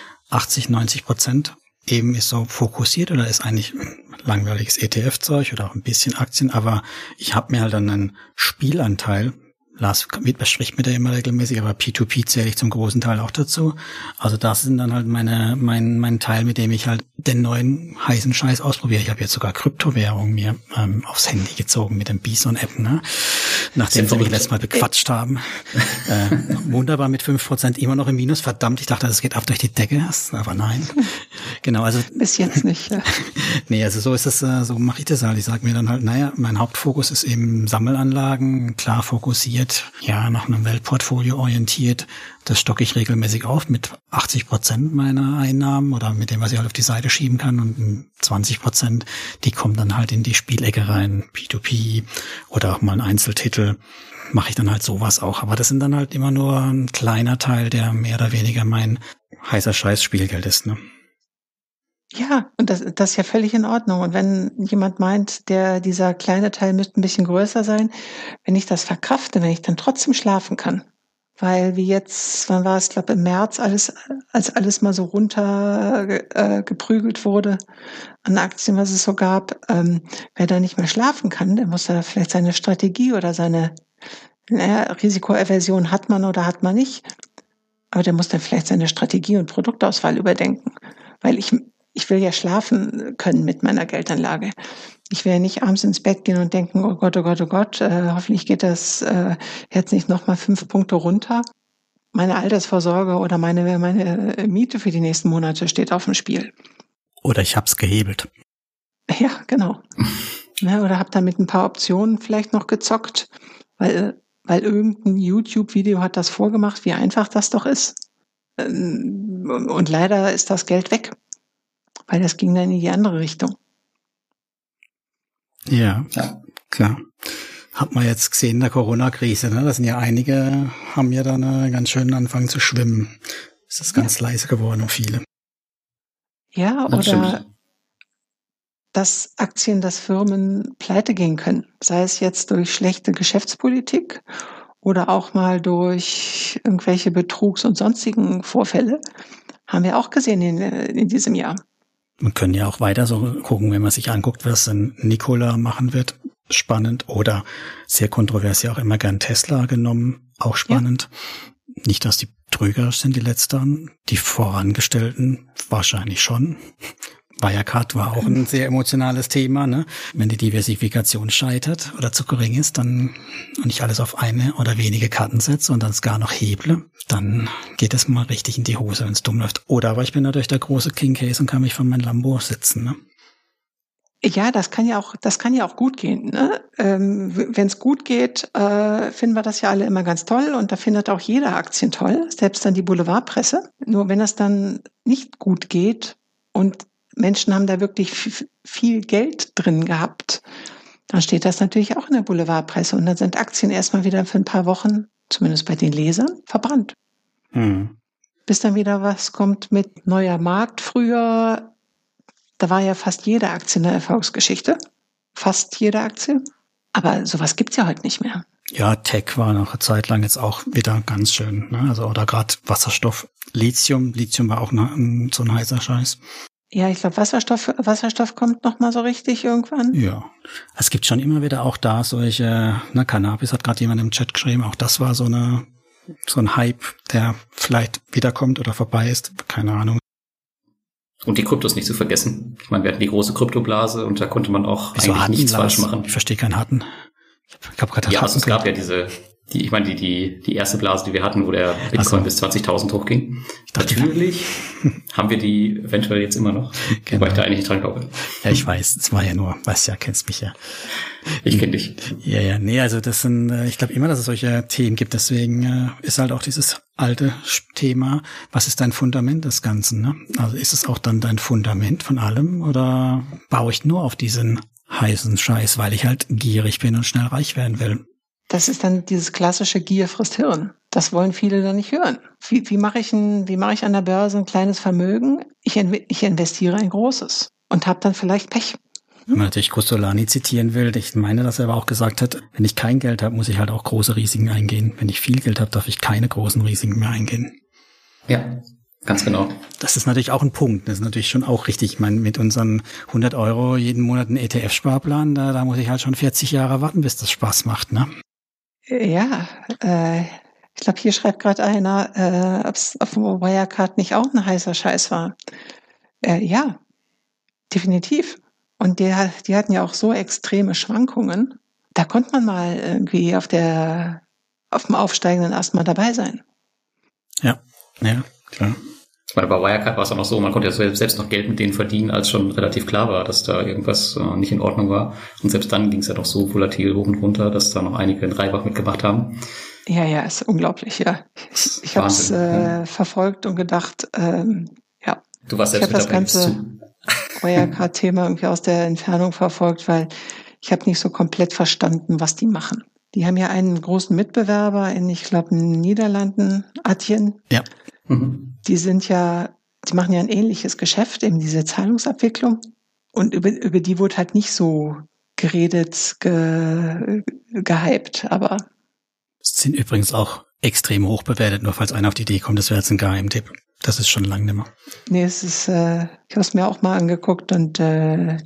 80-90% eben ist so fokussiert oder ist eigentlich langweiliges ETF-Zeug oder auch ein bisschen Aktien, aber ich habe mir halt dann einen Spielanteil. Lars spricht mir da immer regelmäßig, aber P2P zähle ich zum großen Teil auch dazu. Also das sind dann halt mein Teil, mit dem ich halt den neuen heißen Scheiß ausprobiere. Ich habe jetzt sogar Kryptowährung mir aufs Handy gezogen mit dem Bison-App, ne? Nachdem sie mich letztes Mal bequatscht haben. Wunderbar mit 5% immer noch im Minus. Verdammt, ich dachte, das geht ab durch die Decke. Aber nein. Genau, also. Bis jetzt nicht, ja. Nee, also so ist es, so mache ich das halt. Ich sage mir dann halt, mein Hauptfokus ist eben Sammelanlagen, klar fokussiert, ja, nach einem Weltportfolio orientiert. Das stocke ich regelmäßig auf mit 80% meiner Einnahmen oder mit dem, was ich halt auf die Seite schieben kann, und 20%, die kommen dann halt in die Spielecke rein, P2P oder auch mal ein Einzeltitel. Mache ich dann halt sowas auch. Aber das sind dann halt immer nur ein kleiner Teil, der mehr oder weniger mein heißer Scheiß Spielgeld ist, ne? Ja, und das ist ja völlig in Ordnung. Und wenn jemand meint, dieser kleine Teil müsste ein bisschen größer sein, wenn ich das verkrafte, wenn ich dann trotzdem schlafen kann. Weil wie jetzt, wann war es, ich glaube im März, als alles mal so runter geprügelt wurde an Aktien, was es so gab, wer da nicht mehr schlafen kann, der muss da vielleicht seine Strategie oder seine Risikoaversion hat man oder hat man nicht. Aber der muss dann vielleicht seine Strategie und Produktauswahl überdenken. Weil ich will ja schlafen können mit meiner Geldanlage. Ich will ja nicht abends ins Bett gehen und denken, oh Gott, hoffentlich geht das jetzt nicht nochmal 5 Punkte runter. Meine Altersvorsorge oder meine Miete für die nächsten Monate steht auf dem Spiel. Oder ich hab's gehebelt. Ja, genau. Oder hab damit ein paar Optionen vielleicht noch gezockt, weil irgendein YouTube-Video hat das vorgemacht, wie einfach das doch ist. Und leider ist das Geld weg. Weil das ging dann in die andere Richtung. Ja, klar. Hat man jetzt gesehen in der Corona-Krise, ne? Da sind ja einige, haben ja dann ganz schön angefangen zu schwimmen. Es ist ganz leise geworden, viele. Ja, oder dass Firmen pleite gehen können. Sei es jetzt durch schlechte Geschäftspolitik oder auch mal durch irgendwelche Betrugs- und sonstigen Vorfälle. Haben wir auch gesehen in diesem Jahr. Man kann ja auch weiter so gucken, wenn man sich anguckt, was ein Nikola machen wird. Spannend. Oder sehr kontrovers ja auch immer gern Tesla genommen. Auch spannend. Ja. Nicht, dass die trügerisch sind, die Letzteren. Die Vorangestellten wahrscheinlich schon. Wirecard war auch ein sehr emotionales Thema, ne? Wenn die Diversifikation scheitert oder zu gering ist, dann und ich alles auf eine oder wenige Karten setze und dann gar noch heble, dann geht es mal richtig in die Hose, wenn es dumm läuft. Oder aber ich bin natürlich der große King Case und kann mich von meinem Lambo sitzen, ne? Ja, das kann ja auch gut gehen, ne? Wenn es gut geht, finden wir das ja alle immer ganz toll und da findet auch jeder Aktien toll, selbst dann die Boulevardpresse. Nur wenn es dann nicht gut geht und Menschen haben da wirklich viel Geld drin gehabt, dann steht das natürlich auch in der Boulevardpresse und dann sind Aktien erstmal wieder für ein paar Wochen, zumindest bei den Lesern, verbrannt. Bis dann wieder was kommt mit neuer Markt. Früher, da war ja fast jede Aktie eine Erfolgsgeschichte. Fast jede Aktie. Aber sowas gibt's ja heute nicht mehr. Ja, Tech war noch eine Zeit lang jetzt auch wieder ganz schön, ne? Also, oder gerade Wasserstoff, Lithium. Lithium war auch so ein heißer Scheiß. Ja, ich glaube, Wasserstoff kommt noch mal so richtig irgendwann. Ja, es gibt schon immer wieder auch da solche, Cannabis hat gerade jemand im Chat geschrieben, auch das war so eine so ein Hype, der vielleicht wiederkommt oder vorbei ist. Keine Ahnung. Und die Kryptos nicht zu vergessen. Ich meine, wir hatten die große Kryptoblase und da konnte man auch eigentlich nichts falsch machen. Ich verstehe keinen Hatten. Ich habe gerade also es gab ja die erste Blase, die wir hatten, wo der Bitcoin bis 20.000 hochging. Natürlich haben wir die eventuell jetzt immer noch, wobei ich da eigentlich nicht dran glaube. Ja, ich weiß, es war ja nur, weißt ja, kennst mich ja. Ich kenne dich. Ja, nee, also das sind, ich glaube immer, dass es solche Themen gibt, deswegen ist halt auch dieses alte Thema, was ist dein Fundament des Ganzen, ne? Also ist es auch dann dein Fundament von allem oder baue ich nur auf diesen heißen Scheiß, weil ich halt gierig bin und schnell reich werden will? Das ist dann dieses klassische Gier frisst Hirn. Das wollen viele dann nicht hören. Wie mache ich an der Börse ein kleines Vermögen? Ich investiere ein großes und habe dann vielleicht Pech. Wenn man natürlich Kostolany zitieren will, ich meine, dass er aber auch gesagt hat, wenn ich kein Geld habe, muss ich halt auch große Risiken eingehen. Wenn ich viel Geld habe, darf ich keine großen Risiken mehr eingehen. Ja, ganz genau. Das ist natürlich auch ein Punkt. Das ist natürlich schon auch richtig. Ich meine, mit unseren 100 € jeden Monat einen ETF-Sparplan, da muss ich halt schon 40 Jahre warten, bis das Spaß macht, ne? Ja, ich glaube, hier schreibt gerade einer, ob es auf dem Wirecard nicht auch ein heißer Scheiß war. Ja, definitiv. Und die hatten ja auch so extreme Schwankungen. Da konnte man mal irgendwie auf dem aufsteigenden Ast mal dabei sein. Ja, klar. Ich meine, bei Wirecard war es auch noch so, man konnte ja selbst noch Geld mit denen verdienen, als schon relativ klar war, dass da irgendwas nicht in Ordnung war. Und selbst dann ging es ja doch so volatil hoch und runter, dass da noch einige in Reibach mitgemacht haben. Ja, ist unglaublich, ja. Ich habe es verfolgt und gedacht, ja. Du warst selbst mit dabei. Ich habe das ganze Wirecard-Thema irgendwie aus der Entfernung verfolgt, weil ich habe nicht so komplett verstanden, was die machen. Die haben ja einen großen Mitbewerber in, ich glaube, den Niederlanden, Adyen. Ja. Mhm. Die machen ja ein ähnliches Geschäft, eben diese Zahlungsabwicklung. Und über die wurde halt nicht so geredet, gehypt, aber. Sind übrigens auch extrem hoch bewertet, nur falls einer auf die Idee kommt, das wäre jetzt ein Geheimtipp. Das ist schon lange nicht mehr. Nee, ich habe es mir auch mal angeguckt und es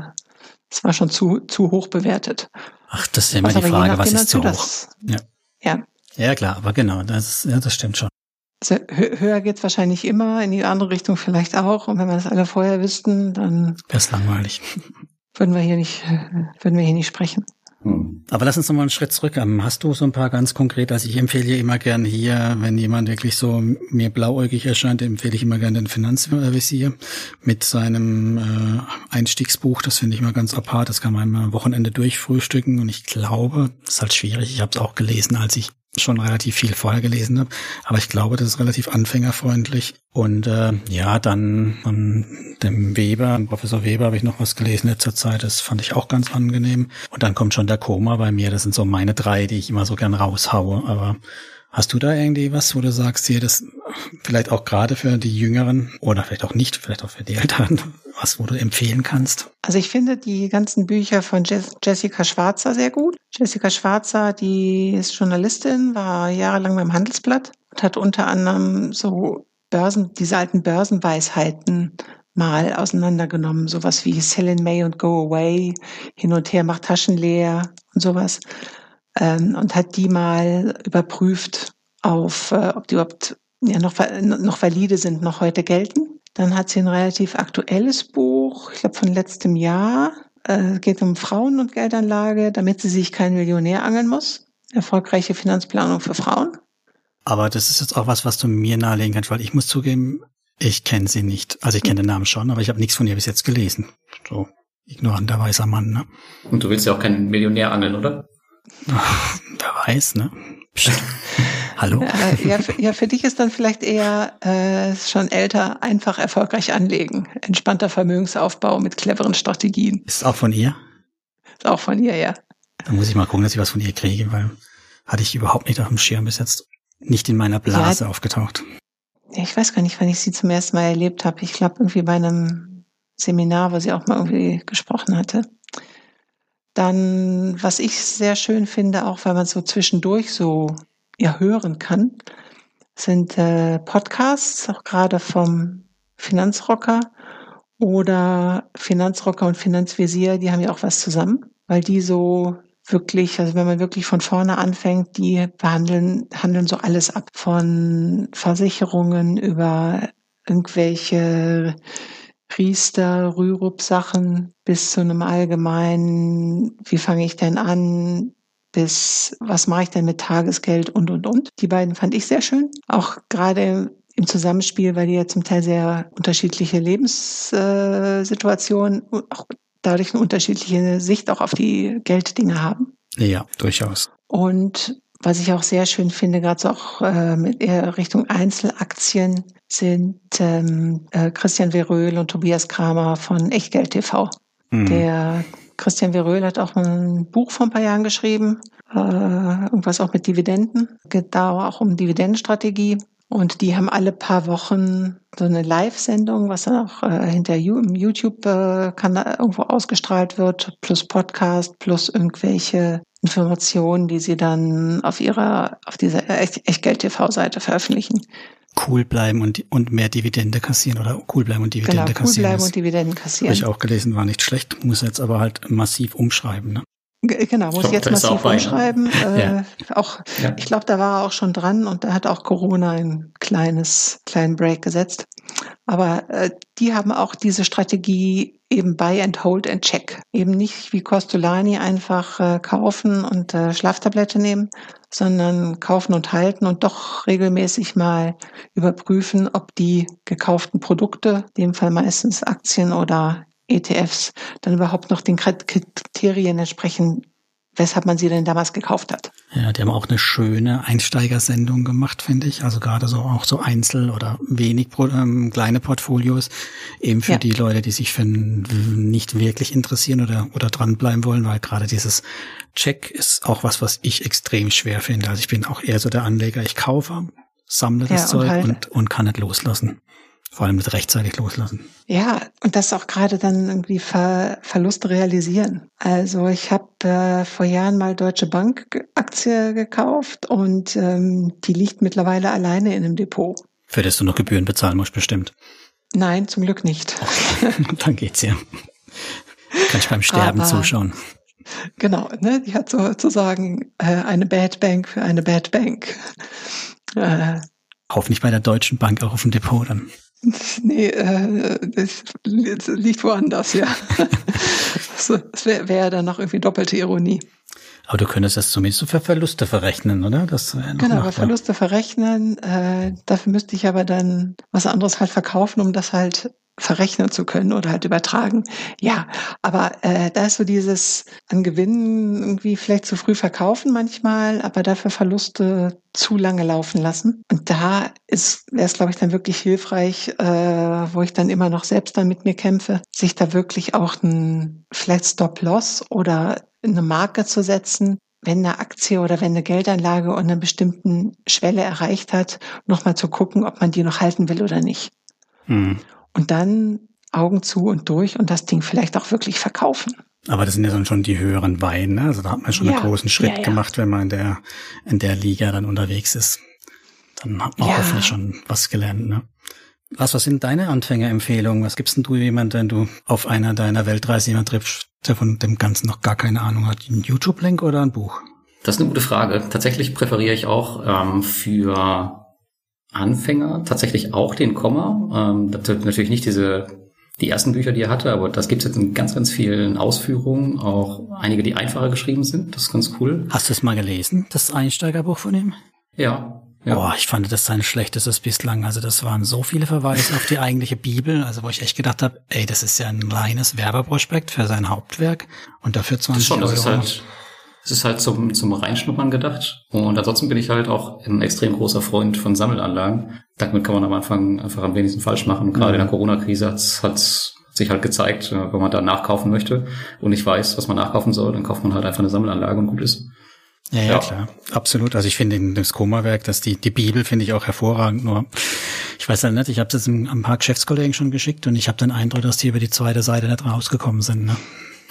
war schon zu hoch bewertet. Ach, das ist ja immer die Frage, was ist zu hoch? Ja. Ja, klar, aber genau, das stimmt schon. Also höher geht's wahrscheinlich immer, in die andere Richtung vielleicht auch. Und wenn wir das alle vorher wüssten, dann wäre es langweilig. Würden wir hier nicht sprechen. Aber lass uns noch mal einen Schritt zurück. Hast du so ein paar ganz konkret, also ich empfehle immer gern hier, wenn jemand wirklich so mir blauäugig erscheint, empfehle ich immer gern den Finanzvisier mit seinem Einstiegsbuch. Das finde ich immer ganz apart. Das kann man immer am Wochenende durchfrühstücken. Und ich glaube, das ist halt schwierig. Ich habe es auch gelesen, als ich schon relativ viel vorher gelesen habe, aber ich glaube, das ist relativ anfängerfreundlich. Und dann von dem Professor Weber habe ich noch was gelesen in letzter Zeit, das fand ich auch ganz angenehm. Und dann kommt schon der Koma bei mir, das sind so meine 3, die ich immer so gern raushaue. Aber hast du da irgendwie was, wo du sagst, hier, das vielleicht auch gerade für die Jüngeren oder vielleicht auch nicht, vielleicht auch für die Älteren, was, wo du empfehlen kannst? Also ich finde die ganzen Bücher von Jessica Schwarzer sehr gut. Jessica Schwarzer, die ist Journalistin, war jahrelang beim Handelsblatt und hat unter anderem so diese alten Börsenweisheiten mal auseinandergenommen. Sowas wie Sell in May und Go Away, hin und her macht Taschen leer und sowas. Und hat die mal überprüft ob die überhaupt noch valide sind, noch heute gelten. Dann hat sie ein relativ aktuelles Buch, ich glaube von letztem Jahr, geht um Frauen und Geldanlage, damit sie sich kein Millionär angeln muss. Erfolgreiche Finanzplanung für Frauen. Aber das ist jetzt auch was du mir nahelegen kannst, weil ich muss zugeben, ich kenne sie nicht. Also ich kenne den Namen schon, aber ich habe nichts von ihr bis jetzt gelesen. So, ignoranter weißer Mann, ne? Und du willst ja auch keinen Millionär angeln, oder? Wer weiß, ne? Psst. Hallo? Ja, für dich ist dann vielleicht eher schon älter, einfach erfolgreich anlegen. Entspannter Vermögensaufbau mit cleveren Strategien. Ist es auch von ihr? Ist auch von ihr, ja. Dann muss ich mal gucken, dass ich was von ihr kriege, weil hatte ich überhaupt nicht auf dem Schirm bis jetzt. Nicht in meiner Blase aufgetaucht. Ich weiß gar nicht, wann ich sie zum ersten Mal erlebt habe. Ich glaube irgendwie bei einem Seminar, wo sie auch mal irgendwie gesprochen hatte. Dann, was ich sehr schön finde, auch weil man so zwischendurch so hören kann, sind Podcasts, auch gerade vom Finanzrocker oder Finanzrocker und Finanzvisier, die haben ja auch was zusammen, weil die so wirklich, also wenn man wirklich von vorne anfängt, die handeln so alles ab, von Versicherungen über irgendwelche Riester, Rürup-Sachen bis zu einem allgemeinen, wie fange ich denn an, bis was mache ich denn mit Tagesgeld und. Die beiden fand ich sehr schön, auch gerade im Zusammenspiel, weil die ja zum Teil sehr unterschiedliche Lebenssituationen, auch dadurch eine unterschiedliche Sicht auch auf die Gelddinge haben. Ja, durchaus. Und was ich auch sehr schön finde, gerade so auch mit eher Richtung Einzelaktien, sind Christian Veröhl und Tobias Kramer von Echtgeld TV. Der Christian Veröhl hat auch ein Buch vor ein paar Jahren geschrieben, irgendwas auch mit Dividenden, geht da auch um Dividendenstrategie. Und die haben alle paar Wochen so eine Live-Sendung, was dann auch hinter im YouTube-Kanal irgendwo ausgestrahlt wird, plus Podcast, plus irgendwelche Informationen, die sie dann auf dieser Echtgeld-TV-Seite veröffentlichen. Cool bleiben und mehr Dividende kassieren oder cool bleiben und Dividende kassieren. Cool bleiben und Dividenden kassieren. Habe ich auch gelesen, war nicht schlecht, muss jetzt aber halt massiv umschreiben, ne? Genau, muss ich jetzt massiv umschreiben. Ich glaube, da war er auch schon dran und da hat auch Corona einen kleinen Break gesetzt. Aber die haben auch diese Strategie eben Buy and Hold and Check. Eben nicht wie Costolani einfach kaufen und Schlaftablette nehmen, sondern kaufen und halten und doch regelmäßig mal überprüfen, ob die gekauften Produkte, in dem Fall meistens Aktien oder ETFs, dann überhaupt noch den Kriterien entsprechen, weshalb man sie denn damals gekauft hat. Ja, die haben auch eine schöne Einsteigersendung gemacht, finde ich. Also gerade so auch so Einzel- oder wenig kleine Portfolios, eben für die Leute, die sich für nicht wirklich interessieren oder dranbleiben wollen, weil gerade dieses Check ist auch was ich extrem schwer finde. Also ich bin auch eher so der Anleger, ich kaufe, sammle das Zeug und kann nicht loslassen. Vor allem mit rechtzeitig loslassen. Ja, und das auch gerade dann irgendwie Verluste realisieren. Also ich habe vor Jahren mal Deutsche Bank Aktie gekauft und die liegt mittlerweile alleine in einem Depot. Für das du noch Gebühren bezahlen musst, bestimmt. Nein, zum Glück nicht. Okay. Dann geht's ja. Kann ich beim Sterben zuschauen. Genau, ne? Die hat sozusagen eine Bad Bank für eine Bad Bank. Kauf nicht bei der Deutschen Bank auch auf dem Depot dann. Nee, das liegt woanders, ja. Das wäre dann noch irgendwie doppelte Ironie. Aber du könntest das zumindest für Verluste verrechnen, oder? Das genau, für Verluste verrechnen. Dafür müsste ich aber dann was anderes halt verkaufen, um das halt verrechnen zu können oder halt übertragen. Ja, aber da ist so dieses an Gewinnen irgendwie vielleicht zu früh verkaufen manchmal, aber dafür Verluste zu lange laufen lassen. Und da wäre es, glaube ich, dann wirklich hilfreich, wo ich dann immer noch selbst dann mit mir kämpfe, sich da wirklich auch vielleicht Stop-Loss oder eine Marke zu setzen, wenn eine Aktie oder wenn eine Geldanlage unter einer bestimmten Schwelle erreicht hat, nochmal zu gucken, ob man die noch halten will oder nicht. Und dann Augen zu und durch und das Ding vielleicht auch wirklich verkaufen. Aber das sind ja dann schon die höheren Weine, ne? Also da hat man schon einen großen Schritt gemacht, wenn man in der Liga dann unterwegs ist. Dann hat man hoffentlich schon was gelernt, ne? Was sind deine Anfängerempfehlungen? Was gibst denn du jemandem, wenn du auf einer deiner Weltreise jemanden triffst, der von dem Ganzen noch gar keine Ahnung hat? Ein YouTube-Link oder ein Buch? Das ist eine gute Frage. Tatsächlich präferiere ich auch für Anfänger tatsächlich auch den Kommer. Natürlich nicht die ersten Bücher, die er hatte, aber das gibt's jetzt in ganz, ganz vielen Ausführungen, auch einige, die einfacher geschrieben sind. Das ist ganz cool. Hast du es mal gelesen, das Einsteigerbuch von ihm? Ja. Boah, ich fand das sein schlechtestes bislang. Also das waren so viele Verweise auf die eigentliche Bibel, also wo ich echt gedacht habe, das ist ja ein reines Werbeprospekt für sein Hauptwerk und dafür 20 Euro. Es ist halt zum Reinschnuppern gedacht. Und ansonsten bin ich halt auch ein extrem großer Freund von Sammelanlagen. Damit kann man am Anfang einfach am wenigsten falsch machen. Gerade in der Corona-Krise hat's sich halt gezeigt, wenn man da nachkaufen möchte und nicht weiß, was man nachkaufen soll, dann kauft man halt einfach eine Sammelanlage und gut ist. Ja, klar. Absolut. Also ich finde in dem Skoma-Werk, die Bibel finde ich auch hervorragend. Nur ich weiß halt nicht, ich habe es jetzt ein paar Geschäftskollegen schon geschickt und ich habe den Eindruck, dass die über die zweite Seite nicht rausgekommen sind, ne?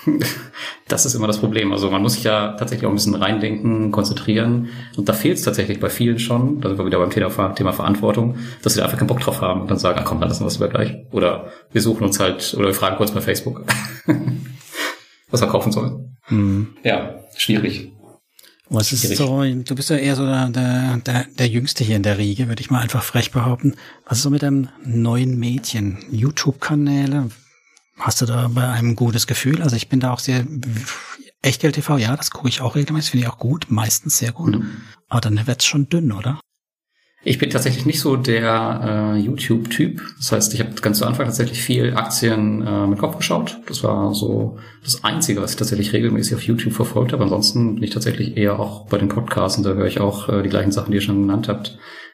Das ist immer das Problem. Also man muss sich ja tatsächlich auch ein bisschen reindenken, konzentrieren. Und da fehlt es tatsächlich bei vielen schon, da sind wir wieder beim Thema Verantwortung, dass sie da einfach keinen Bock drauf haben und dann sagen, komm, dann lassen wir es lieber gleich. Oder wir suchen uns halt, oder wir fragen kurz bei Facebook, was wir kaufen sollen. Ja, schwierig. Was ist so, du bist ja eher so der Jüngste hier in der Riege, würde ich mal einfach frech behaupten. Was ist so mit deinem neuen Mädchen? YouTube-Kanäle? Hast du da bei einem gutes Gefühl? Also ich bin da auch sehr, Echtgeld TV, ja, das gucke ich auch regelmäßig, finde ich auch gut, meistens sehr gut. Aber dann wird's schon dünn, oder? Ich bin tatsächlich nicht so der YouTube-Typ. Das heißt, ich habe ganz zu Anfang tatsächlich viel Aktien mit Kopf geschaut. Das war so das Einzige, was ich tatsächlich regelmäßig auf YouTube verfolgt habe. Ansonsten bin ich tatsächlich eher auch bei den Podcasts, und da höre ich auch die gleichen Sachen, die ihr schon genannt habt,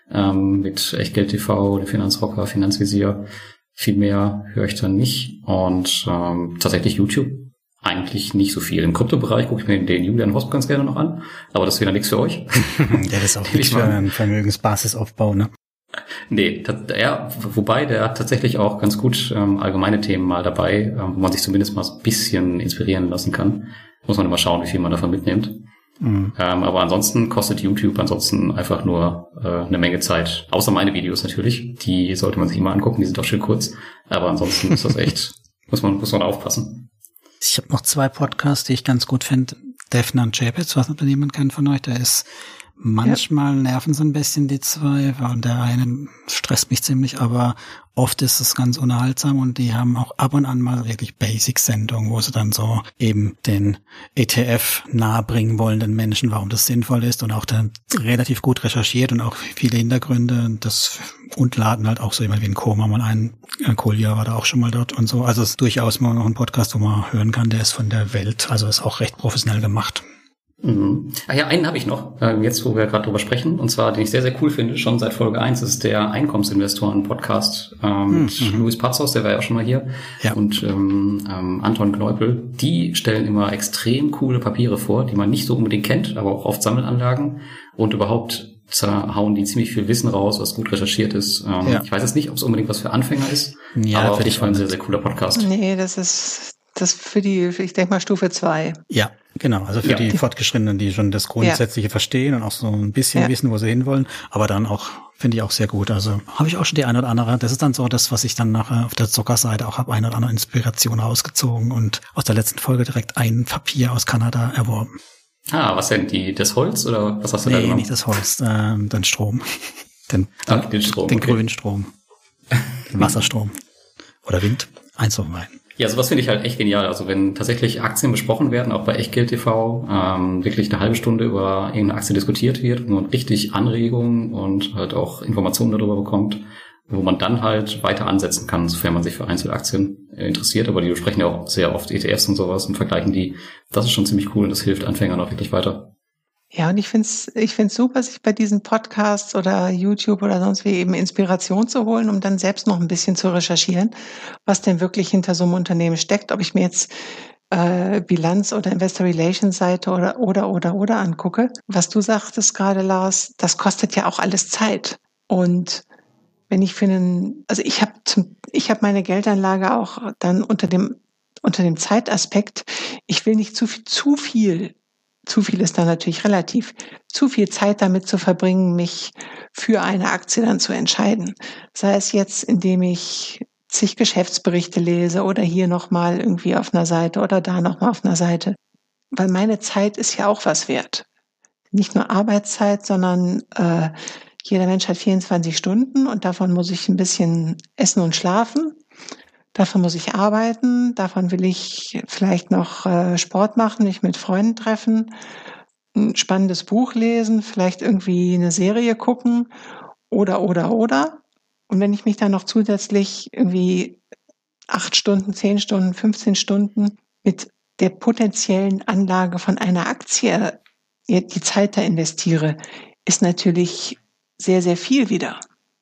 mit Echtgeld TV, den Finanzrocker, Finanzvisier. Viel mehr höre ich dann nicht. Und tatsächlich YouTube eigentlich nicht so viel. Im Kryptobereich gucke ich mir den Julian Hosp ganz gerne noch an, aber das ist wieder nichts für euch. Ja, das ist auch nicht für einen Vermögensbasisaufbau, ne? Nee, wobei der hat tatsächlich auch ganz gut allgemeine Themen mal dabei, wo man sich zumindest mal ein bisschen inspirieren lassen kann. Muss man immer schauen, wie viel man davon mitnimmt. Aber ansonsten kostet YouTube einfach nur eine Menge Zeit. Außer meine Videos natürlich. Die sollte man sich immer angucken, die sind auch schön kurz. Aber ansonsten ist das echt, muss man aufpassen. Ich habe noch 2 Podcasts, die ich ganz gut finde. Defner und Chapitz, was nicht jemand kennt von euch, der ist manchmal nerven so ein bisschen die 2, weil der eine stresst mich ziemlich, aber oft ist es ganz unterhaltsam und die haben auch ab und an mal wirklich Basic-Sendungen, wo sie dann so eben den ETF nahebringen wollen, den Menschen, warum das sinnvoll ist und auch dann relativ gut recherchiert und auch viele Hintergründe, und laden halt auch so jemand wie ein Koma mal ein. Kolja war da auch schon mal dort und so. Also es ist durchaus mal noch ein Podcast, wo man hören kann, der ist von der Welt, also ist auch recht professionell gemacht. Ja, einen habe ich noch, jetzt wo wir gerade drüber sprechen, und zwar, den ich sehr, sehr cool finde, schon seit Folge 1, ist der Einkommensinvestoren-Podcast mit Luis Pazos, der war ja auch schon mal hier, und Anton Kneupel. Die stellen immer extrem coole Papiere vor, die man nicht so unbedingt kennt, aber auch oft Sammelanlagen, und überhaupt hauen die ziemlich viel Wissen raus, was gut recherchiert ist. Ich weiß jetzt nicht, ob es unbedingt was für Anfänger ist, aber auf jeden Fall ein sehr, sehr cooler Podcast. Nee, das ist für die, ich denke mal, Stufe 2. Ja, genau. Also für die Fortgeschrittenen, die schon das Grundsätzliche verstehen und auch so ein bisschen wissen, wo sie hinwollen. Aber dann auch, finde ich auch sehr gut. Also habe ich auch schon die eine oder andere. Das ist dann so das, was ich dann nachher auf der Zuckerseite auch habe, eine oder andere Inspiration rausgezogen und aus der letzten Folge direkt ein Papier aus Kanada erworben. Was denn? Das Holz oder was hast du da genommen? Nee, nicht das Holz, den Strom. Den Strom. Den grünen Strom. Den Wasserstrom. Oder Wind. Eins von beiden. Ja, sowas finde ich halt echt genial. Also wenn tatsächlich Aktien besprochen werden, auch bei Echtgeld TV, wirklich eine halbe Stunde über irgendeine Aktie diskutiert wird und man richtig Anregungen und halt auch Informationen darüber bekommt, wo man dann halt weiter ansetzen kann, sofern man sich für Einzelaktien interessiert. Aber die besprechen ja auch sehr oft ETFs und sowas und vergleichen die. Das ist schon ziemlich cool und das hilft Anfängern auch wirklich weiter. Ja, und ich find's super, sich bei diesen Podcasts oder YouTube oder sonst wie eben Inspiration zu holen, um dann selbst noch ein bisschen zu recherchieren, was denn wirklich hinter so einem Unternehmen steckt. Ob ich mir jetzt Bilanz oder Investor Relations Seite oder angucke. Was du sagtest gerade, Lars, das kostet ja auch alles Zeit. Und wenn ich ich habe meine Geldanlage auch dann unter dem Zeitaspekt, ich will nicht zu viel ist dann natürlich relativ, zu viel Zeit damit zu verbringen, mich für eine Aktie dann zu entscheiden. Sei es jetzt, indem ich zig Geschäftsberichte lese oder hier nochmal irgendwie auf einer Seite oder da nochmal auf einer Seite. Weil meine Zeit ist ja auch was wert. Nicht nur Arbeitszeit, sondern jeder Mensch hat 24 Stunden und davon muss ich ein bisschen essen und schlafen. Davon muss ich arbeiten, davon will ich vielleicht noch Sport machen, mich mit Freunden treffen, ein spannendes Buch lesen, vielleicht irgendwie eine Serie gucken oder. Und wenn ich mich dann noch zusätzlich irgendwie 8 Stunden, 10 Stunden, 15 Stunden mit der potenziellen Anlage von einer Aktie die Zeit da investiere, ist natürlich sehr, sehr viel wieder.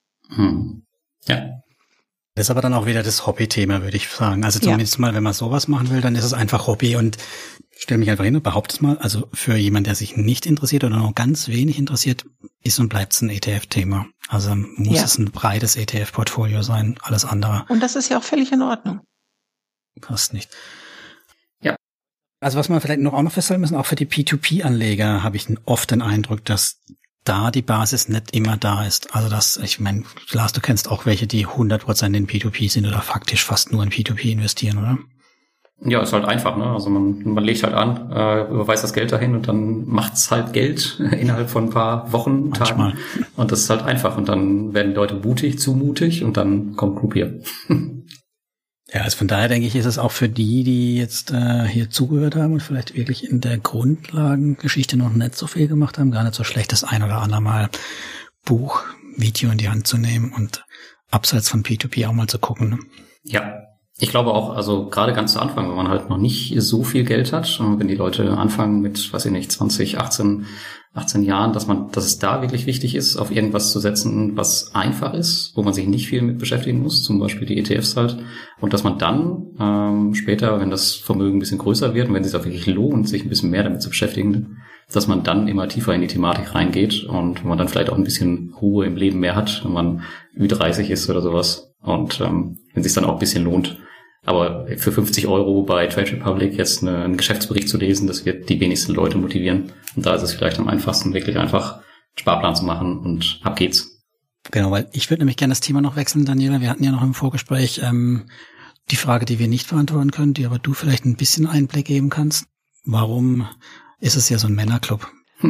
Ja. Das ist aber dann auch wieder das Hobby-Thema, würde ich sagen. Also zumindest mal, wenn man sowas machen will, dann ist es einfach Hobby und ich stelle mich einfach hin und behaupte es mal, also für jemanden, der sich nicht interessiert oder nur ganz wenig interessiert, ist und bleibt es ein ETF-Thema. Also muss es ein breites ETF-Portfolio sein, alles andere. Und das ist ja auch völlig in Ordnung. Passt nicht. Ja. Also was man vielleicht auch noch feststellen müssen, auch für die P2P-Anleger habe ich oft den Eindruck, dass da die Basis nicht immer da ist. Also ich meine, Lars, du kennst auch welche, die 100% in P2P sind oder faktisch fast nur in P2P investieren, oder? Ja, ist halt einfach, ne? Also man legt halt an, überweist das Geld dahin und dann macht's halt Geld innerhalb von ein paar Wochen, Manchmal. Tagen. Und das ist halt einfach. Und dann werden die Leute zu mutig und dann kommt Groupier. Ja, also von daher denke ich, ist es auch für die jetzt hier zugehört haben und vielleicht wirklich in der Grundlagengeschichte noch nicht so viel gemacht haben, gar nicht so schlecht, das ein oder andere Mal Buch, Video in die Hand zu nehmen und abseits von P2P auch mal zu gucken. Ne? Ja. Ich glaube auch, also gerade ganz zu Anfang, wenn man halt noch nicht so viel Geld hat, wenn die Leute anfangen mit, weiß ich nicht, 20, 18 Jahren, dass es da wirklich wichtig ist, auf irgendwas zu setzen, was einfach ist, wo man sich nicht viel mit beschäftigen muss, zum Beispiel die ETFs halt, und dass man dann später, wenn das Vermögen ein bisschen größer wird und wenn es sich auch wirklich lohnt, sich ein bisschen mehr damit zu beschäftigen, dass man dann immer tiefer in die Thematik reingeht und wenn man dann vielleicht auch ein bisschen Ruhe im Leben mehr hat, wenn man Ü30 ist oder sowas und wenn es sich dann auch ein bisschen lohnt. Aber für 50 € bei Trade Republic jetzt einen Geschäftsbericht zu lesen, das wird die wenigsten Leute motivieren. Und da ist es vielleicht am einfachsten, wirklich einfach einen Sparplan zu machen und ab geht's. Genau, weil ich würde nämlich gerne das Thema noch wechseln, Daniela. Wir hatten ja noch im Vorgespräch die Frage, die wir nicht beantworten können, die aber du vielleicht ein bisschen Einblick geben kannst. Warum ist es ja so ein Männerclub?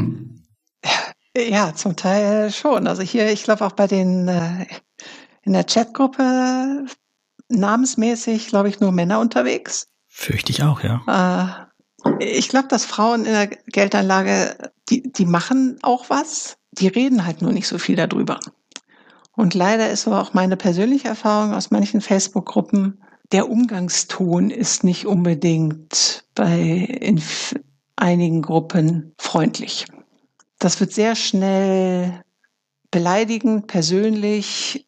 Ja, zum Teil schon. Also hier, ich glaube auch bei den in der Chatgruppe namensmäßig, glaube ich, nur Männer unterwegs. Fürchte ich auch, ja. Ich glaube, dass Frauen in der Geldanlage, die machen auch was, die reden halt nur nicht so viel darüber. Und leider ist so auch meine persönliche Erfahrung aus manchen Facebook-Gruppen, der Umgangston ist nicht unbedingt in einigen Gruppen freundlich. Das wird sehr schnell beleidigend, persönlich,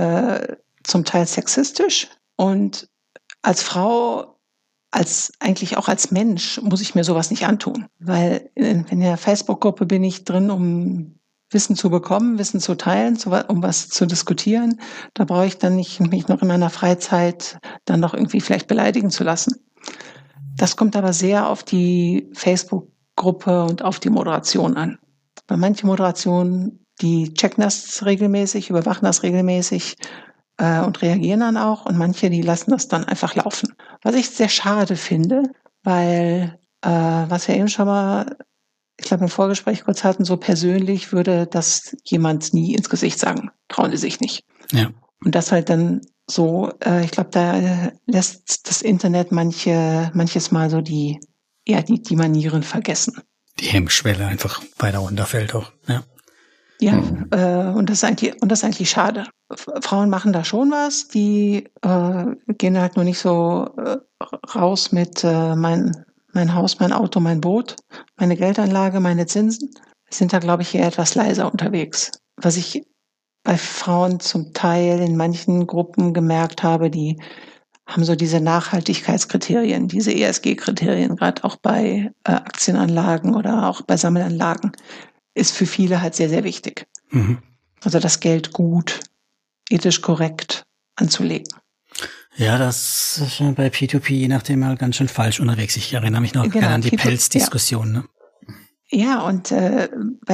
zum Teil sexistisch. Und als Frau, eigentlich auch als Mensch, muss ich mir sowas nicht antun. Weil in der Facebook-Gruppe bin ich drin, um Wissen zu bekommen, Wissen zu teilen, um was zu diskutieren. Da brauche ich dann nicht mich noch in meiner Freizeit dann noch irgendwie vielleicht beleidigen zu lassen. Das kommt aber sehr auf die Facebook-Gruppe und auf die Moderation an. Bei manchen Moderationen, die checken das regelmäßig, überwachen das regelmäßig und reagieren dann auch. Und manche, die lassen das dann einfach laufen. Was ich sehr schade finde, weil was wir eben schon mal, ich glaube im Vorgespräch kurz hatten, so persönlich würde das jemand nie ins Gesicht sagen. Trauen sie sich nicht. Ja. Und das halt dann so, ich glaube, da lässt das Internet manches Mal so die Manieren vergessen. Die Hemmschwelle einfach weiter runterfällt auch, ja. Ja, und das ist eigentlich schade. Frauen machen da schon was, die gehen halt nur nicht so raus mit mein Haus, mein Auto, mein Boot, meine Geldanlage, meine Zinsen. Sind da, glaube ich, eher etwas leiser unterwegs. Was ich bei Frauen zum Teil in manchen Gruppen gemerkt habe, die haben so diese Nachhaltigkeitskriterien, diese ESG-Kriterien, gerade auch bei Aktienanlagen oder auch bei Sammelanlagen, ist für viele halt sehr, sehr wichtig. Mhm. Also das Geld gut, ethisch korrekt anzulegen. Ja, das ist bei P2P je nachdem halt ganz schön falsch unterwegs. Ich erinnere mich noch gerne an die Pelzdiskussion. Ja. Ne? Ja, und bei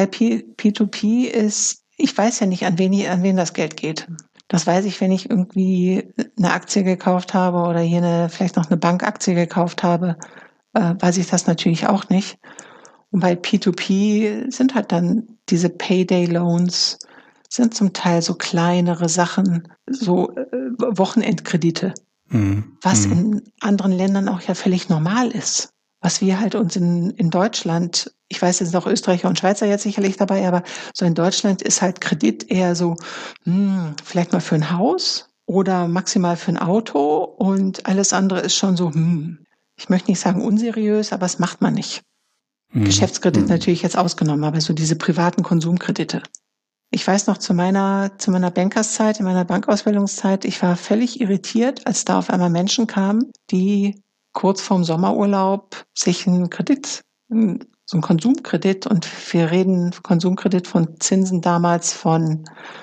P2P ist, ich weiß ja nicht, an wen das Geld geht. Das weiß ich, wenn ich irgendwie eine Aktie gekauft habe oder hier vielleicht noch eine Bankaktie gekauft habe, weiß ich das natürlich auch nicht. Und bei P2P sind halt dann diese Payday-Loans, sind zum Teil so kleinere Sachen, so Wochenendkredite, was in anderen Ländern auch ja völlig normal ist. Was wir halt uns in Deutschland, ich weiß, jetzt sind auch Österreicher und Schweizer jetzt sicherlich dabei, aber so in Deutschland ist halt Kredit eher so, vielleicht mal für ein Haus oder maximal für ein Auto und alles andere ist schon so, ich möchte nicht sagen unseriös, aber das macht man nicht. Geschäftskredit natürlich jetzt ausgenommen, aber so diese privaten Konsumkredite. Ich weiß noch zu meiner Bankerszeit, in meiner Bankausbildungszeit, ich war völlig irritiert, als da auf einmal Menschen kamen, die kurz vorm Sommerurlaub sich einen Kredit, so einen Konsumkredit, und wir reden Konsumkredit von Zinsen damals von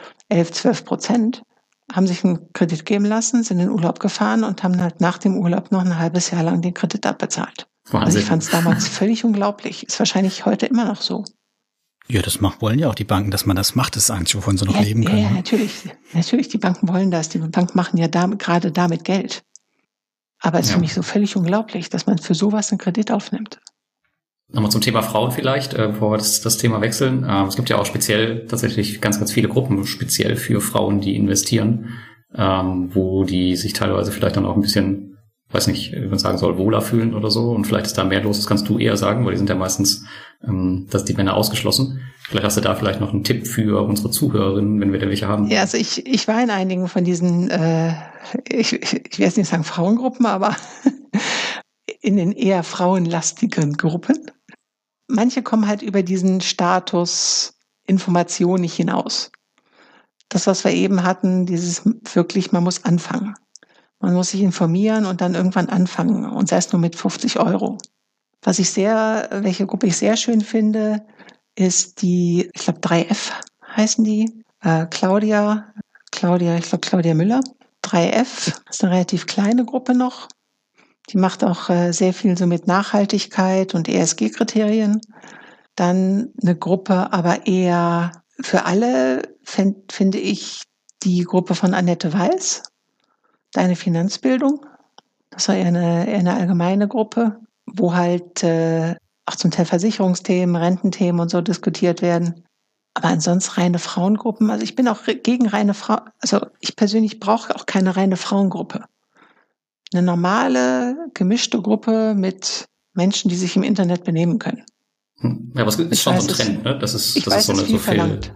11-12%, haben sich einen Kredit geben lassen, sind in den Urlaub gefahren und haben halt nach dem Urlaub noch ein halbes Jahr lang den Kredit abbezahlt. Wahnsinn. Also ich fand es damals völlig unglaublich. Ist wahrscheinlich heute immer noch so. Ja, das wollen ja auch die Banken, dass man das macht. Das ist eigentlich, wovon sie noch leben können. Ja, natürlich. Natürlich, die Banken wollen das. Die Banken machen ja gerade damit Geld. Aber es ist für mich so völlig unglaublich, dass man für sowas einen Kredit aufnimmt. Nochmal zum Thema Frauen vielleicht, bevor wir das Thema wechseln. Es gibt ja auch speziell tatsächlich ganz, ganz viele Gruppen, speziell für Frauen, die investieren, wo die sich teilweise vielleicht dann auch ein bisschen, weiß nicht, wie man sagen soll, wohler fühlen oder so. Und vielleicht ist da mehr los, das kannst du eher sagen, weil die sind ja meistens, dass die Männer ausgeschlossen. Vielleicht hast du da vielleicht noch einen Tipp für unsere Zuhörerinnen, wenn wir da welche haben. Ja, also ich war in einigen von diesen, ich will jetzt nicht sagen Frauengruppen, aber in den eher frauenlastigen Gruppen. Manche kommen halt über diesen Status Information nicht hinaus. Das, was wir eben hatten, dieses wirklich, man muss anfangen. Man muss sich informieren und dann irgendwann anfangen. Und sei es nur mit 50 €. Welche Gruppe ich sehr schön finde, ist die, ich glaube 3F heißen die. Claudia Müller. 3F ist eine relativ kleine Gruppe noch. Die macht auch sehr viel so mit Nachhaltigkeit und ESG-Kriterien. Dann eine Gruppe, aber eher für alle, finde ich, die Gruppe von Annette Weiß, Deine Finanzbildung. Das war eher eine allgemeine Gruppe, wo halt auch zum Teil Versicherungsthemen, Rententhemen und so diskutiert werden. Aber ansonsten reine Frauengruppen. Also ich bin auch gegen reine Frauen. Also ich persönlich brauche auch keine reine Frauengruppe. Eine normale, gemischte Gruppe mit Menschen, die sich im Internet benehmen können. Ja, aber es ist schon so ein Trend, ne? Das ist so viel verlangt.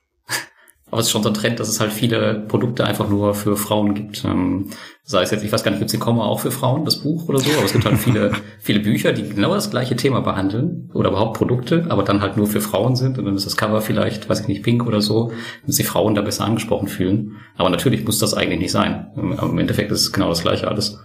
Aber es ist schon so ein Trend, dass es halt viele Produkte einfach nur für Frauen gibt. Sei es jetzt, ich weiß gar nicht, gibt es die Komma auch für Frauen, das Buch oder so, aber es gibt halt viele Bücher, die genau das gleiche Thema behandeln oder überhaupt Produkte, aber dann halt nur für Frauen sind und dann ist das Cover vielleicht, weiß ich nicht, pink oder so, dass die Frauen da besser angesprochen fühlen. Aber natürlich muss das eigentlich nicht sein. Im Endeffekt ist es genau das gleiche alles.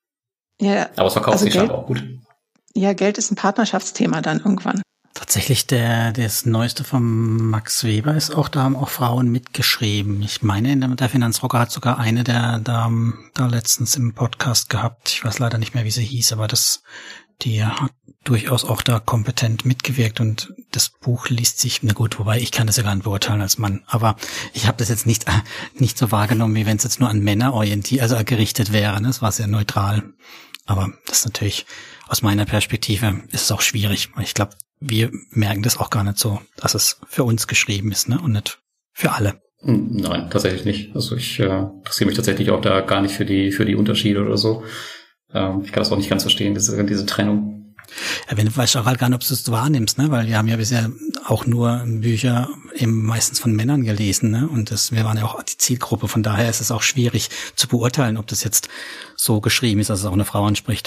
Ja, aber es verkauft sich halt auch gut. Ja, Geld ist ein Partnerschaftsthema dann irgendwann. Tatsächlich, das Neueste von Max Weber ist auch, da haben auch Frauen mitgeschrieben. Ich meine, der Finanzrocker hat sogar eine da letztens im Podcast gehabt. Ich weiß leider nicht mehr, wie sie hieß, aber die hat durchaus auch da kompetent mitgewirkt und das Buch liest sich, na gut, wobei ich kann das ja gar nicht beurteilen als Mann, aber ich habe das jetzt nicht so wahrgenommen, wie wenn es jetzt nur an Männer gerichtet wäre. Ne? Das war sehr neutral. Aber das ist natürlich, aus meiner Perspektive ist es auch schwierig. Ich glaube, wir merken das auch gar nicht so, dass es für uns geschrieben ist, ne, und nicht für alle. Nein, tatsächlich nicht. Also ich interessiere mich tatsächlich auch da gar nicht für die Unterschiede oder so. Ich kann das auch nicht ganz verstehen, diese Trennung. Ja, wenn du weißt auch halt gar nicht, ob du es wahrnimmst, ne, weil wir haben ja bisher auch nur Bücher eben meistens von Männern gelesen, ne, und wir waren ja auch die Zielgruppe. Von daher ist es auch schwierig zu beurteilen, ob das jetzt so geschrieben ist, dass es auch eine Frau anspricht.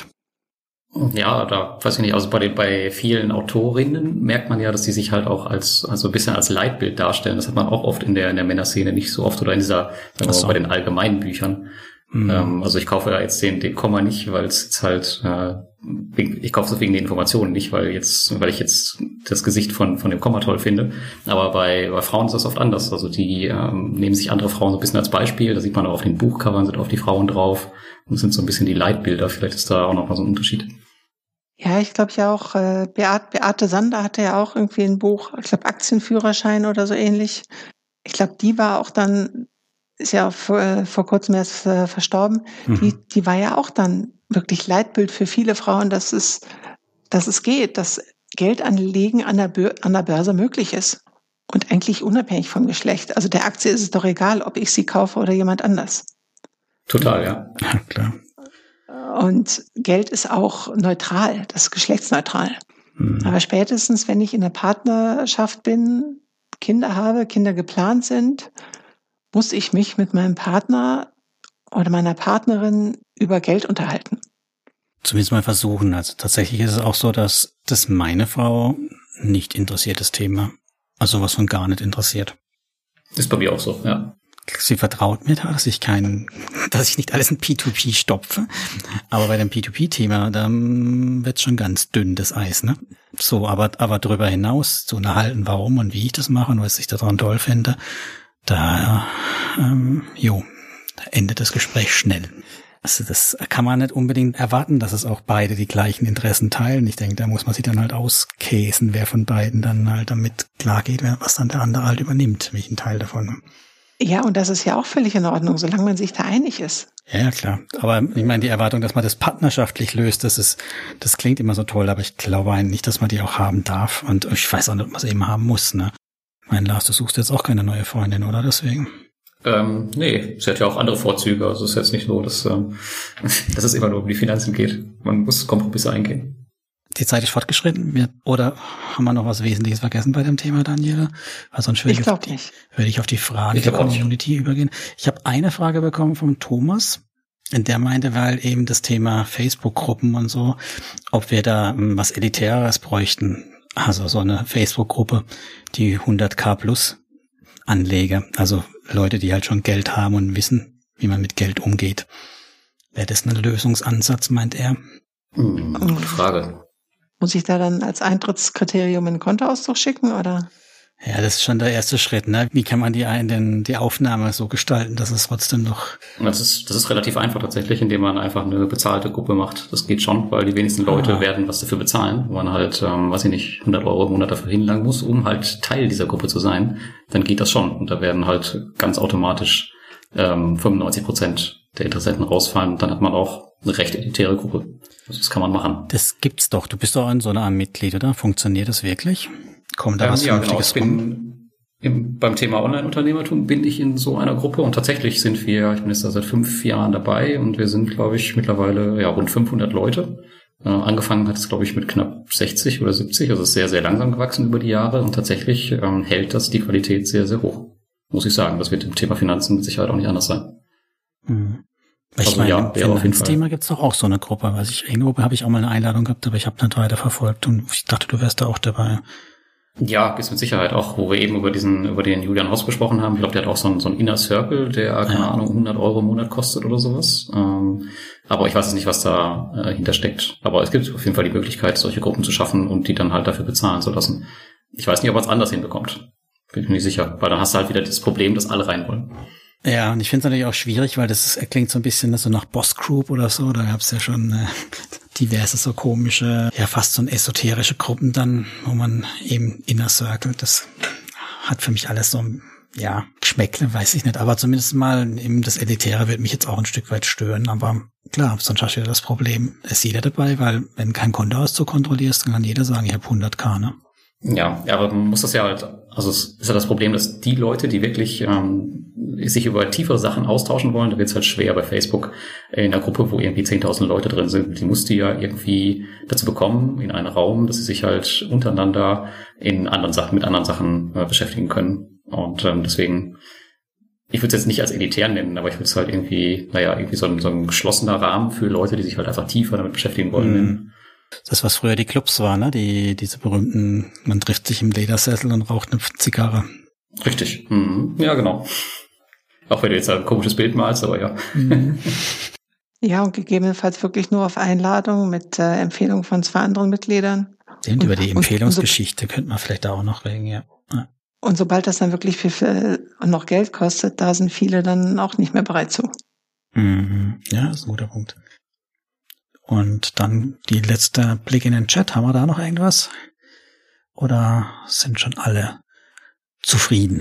Ja, da weiß ich nicht, also bei vielen Autorinnen merkt man ja, dass die sich halt auch ein bisschen als Leitbild darstellen. Das hat man auch oft in der Männerszene nicht so oft oder in dieser, sagen wir mal, bei den allgemeinen Büchern. Also ich kaufe ja jetzt den Komma nicht, weil es jetzt halt, ich kaufe es wegen den Informationen nicht, weil ich jetzt das Gesicht von dem Komma toll finde. Aber bei Frauen ist das oft anders. Also die nehmen sich andere Frauen so ein bisschen als Beispiel. Da sieht man auch auf den Buchcovern sind oft die Frauen drauf. Und das sind so ein bisschen die Leitbilder. Vielleicht ist da auch noch mal so ein Unterschied. Ja, ich glaube ja auch, Beate Sander hatte ja auch irgendwie ein Buch, ich glaube Aktienführerschein oder so ähnlich. Ich glaube, die war auch dann, ist ja vor kurzem erst verstorben, die war ja auch dann wirklich Leitbild für viele Frauen, dass es geht, dass Geld anlegen an der Börse möglich ist. Und eigentlich unabhängig vom Geschlecht. Also der Aktie ist es doch egal, ob ich sie kaufe oder jemand anders. Total, ja. Ja, klar. Und Geld ist auch neutral, das ist geschlechtsneutral. Aber spätestens, wenn ich in einer Partnerschaft bin, Kinder habe, Kinder geplant sind, muss ich mich mit meinem Partner oder meiner Partnerin über Geld unterhalten. Zumindest mal versuchen. Also tatsächlich ist es auch so, dass das meine Frau nicht interessiert, das Thema. Also was von gar nicht interessiert. Ist bei mir auch so, ja. Sie vertraut mir da, dass ich nicht alles in P2P stopfe. Aber bei dem P2P-Thema, da wird's schon ganz dünn, das Eis, ne? So, aber darüber hinaus zu unterhalten, warum und wie ich das mache und was ich daran toll finde, da endet das Gespräch schnell. Also das kann man nicht unbedingt erwarten, dass es auch beide die gleichen Interessen teilen. Ich denke, da muss man sich dann halt auskäsen, wer von beiden dann halt damit klar geht, was dann der andere halt übernimmt, welchen Teil davon. Ja, und das ist ja auch völlig in Ordnung, solange man sich da einig ist. Ja, klar. Aber ich meine, die Erwartung, dass man das partnerschaftlich löst, das klingt immer so toll, aber ich glaube eigentlich nicht, dass man die auch haben darf. Und ich weiß auch nicht, ob man es eben haben muss, ne? Ich meine, Lars, du suchst jetzt auch keine neue Freundin, oder? Deswegen. Nee, sie hat ja auch andere Vorzüge. Also es ist jetzt nicht so, dass es immer nur um die Finanzen geht. Man muss Kompromisse eingehen. Die Zeit ist fortgeschritten. Oder haben wir noch was Wesentliches vergessen bei dem Thema, Daniela? Weil sonst würde ich auf die Frage der Community übergehen. Ich habe eine Frage bekommen vom Thomas, in der meinte, weil eben das Thema Facebook-Gruppen und so, ob wir da was Elitäres bräuchten. Also so eine Facebook-Gruppe, die 100.000 plus Anleger, also Leute, die halt schon Geld haben und wissen, wie man mit Geld umgeht. Wäre das ein Lösungsansatz, meint er? Gute Frage. Muss ich da dann als Eintrittskriterium einen Kontoauszug schicken, oder? Ja, das ist schon der erste Schritt, ne? Wie kann man die Aufnahme so gestalten, dass es trotzdem noch... Das ist relativ einfach tatsächlich, indem man einfach eine bezahlte Gruppe macht. Das geht schon, weil die wenigsten Leute werden was dafür bezahlen, wo man halt, 100 Euro im Monat dafür hinlangen muss, um halt Teil dieser Gruppe zu sein. Dann geht das schon. Und da werden halt ganz automatisch 95% der Interessenten rausfallen. Und dann hat man auch eine recht elitäre Gruppe. Also das kann man machen. Das gibt's doch. Du bist doch in so einer Art Mitglied, oder? Funktioniert das wirklich? Kommt da was Vernünftiges rum? Beim Thema Online-Unternehmertum bin ich in so einer Gruppe und tatsächlich ich bin jetzt da seit 5 Jahren dabei und wir sind, glaube ich, mittlerweile rund 500 Leute. Angefangen hat es, glaube ich, mit knapp 60 oder 70, also es ist sehr, sehr langsam gewachsen über die Jahre und tatsächlich hält das die Qualität sehr, sehr hoch. Muss ich sagen, das wird im Thema Finanzen mit Sicherheit auch nicht anders sein. Ich meine, im Finanzthema gibt's doch auch so eine Gruppe. Irgendwo habe ich auch mal eine Einladung gehabt, aber ich habe nicht weiter verfolgt und ich dachte, du wärst da auch dabei. Ja, gibt's mit Sicherheit auch, wo wir eben über den Julian Hoss gesprochen haben. Ich glaube, der hat auch so einen Inner Circle, der, keine Ahnung, 100 Euro im Monat kostet oder sowas. Aber ich weiß jetzt nicht, was da hintersteckt. Aber es gibt auf jeden Fall die Möglichkeit, solche Gruppen zu schaffen und die dann halt dafür bezahlen zu lassen. Ich weiß nicht, ob man es anders hinbekommt. Bin ich mir nicht sicher. Weil dann hast du halt wieder das Problem, dass alle rein wollen. Ja, und ich finde es natürlich auch schwierig, weil das klingt so ein bisschen so nach Boss Group oder so. Da gab es ja schon diverse so komische, ja fast so esoterische Gruppen dann, wo man eben Inner Circle, das hat für mich alles so, ja, Geschmäckle, weiß ich nicht. Aber zumindest mal eben das Elitäre wird mich jetzt auch ein Stück weit stören. Aber klar, sonst hast du wieder das Problem, ist jeder dabei, weil wenn kein Kontoauszug kontrollierst, dann kann jeder sagen, ich habe 100.000, ne? Ja, aber man muss das ja halt, also es ist ja das Problem, dass die Leute, die wirklich sich über tiefere Sachen austauschen wollen, da wird es halt schwer bei Facebook in einer Gruppe, wo irgendwie 10.000 Leute drin sind. Die musst du ja irgendwie dazu bekommen, in einen Raum, dass sie sich halt untereinander mit anderen Sachen beschäftigen können. Und deswegen, ich würde es jetzt nicht als elitär nennen, aber ich würde es halt irgendwie so ein geschlossener Rahmen für Leute, die sich halt einfach tiefer damit beschäftigen wollen, nennen. Das, was früher die Clubs waren, ne? Diese berühmten, man trifft sich im Ledersessel und raucht eine Zigarre. Richtig. Ja, genau. Auch wenn du jetzt ein komisches Bild malst, aber ja. Ja, und gegebenenfalls wirklich nur auf Einladung mit Empfehlung von 2 anderen Mitgliedern. Und über die Empfehlungsgeschichte könnte man vielleicht auch noch reden, ja. Und sobald das dann wirklich viel noch Geld kostet, da sind viele dann auch nicht mehr bereit zu. Ja, das ist ein guter Punkt. Und dann die letzte Blick in den Chat. Haben wir da noch irgendwas? Oder sind schon alle zufrieden?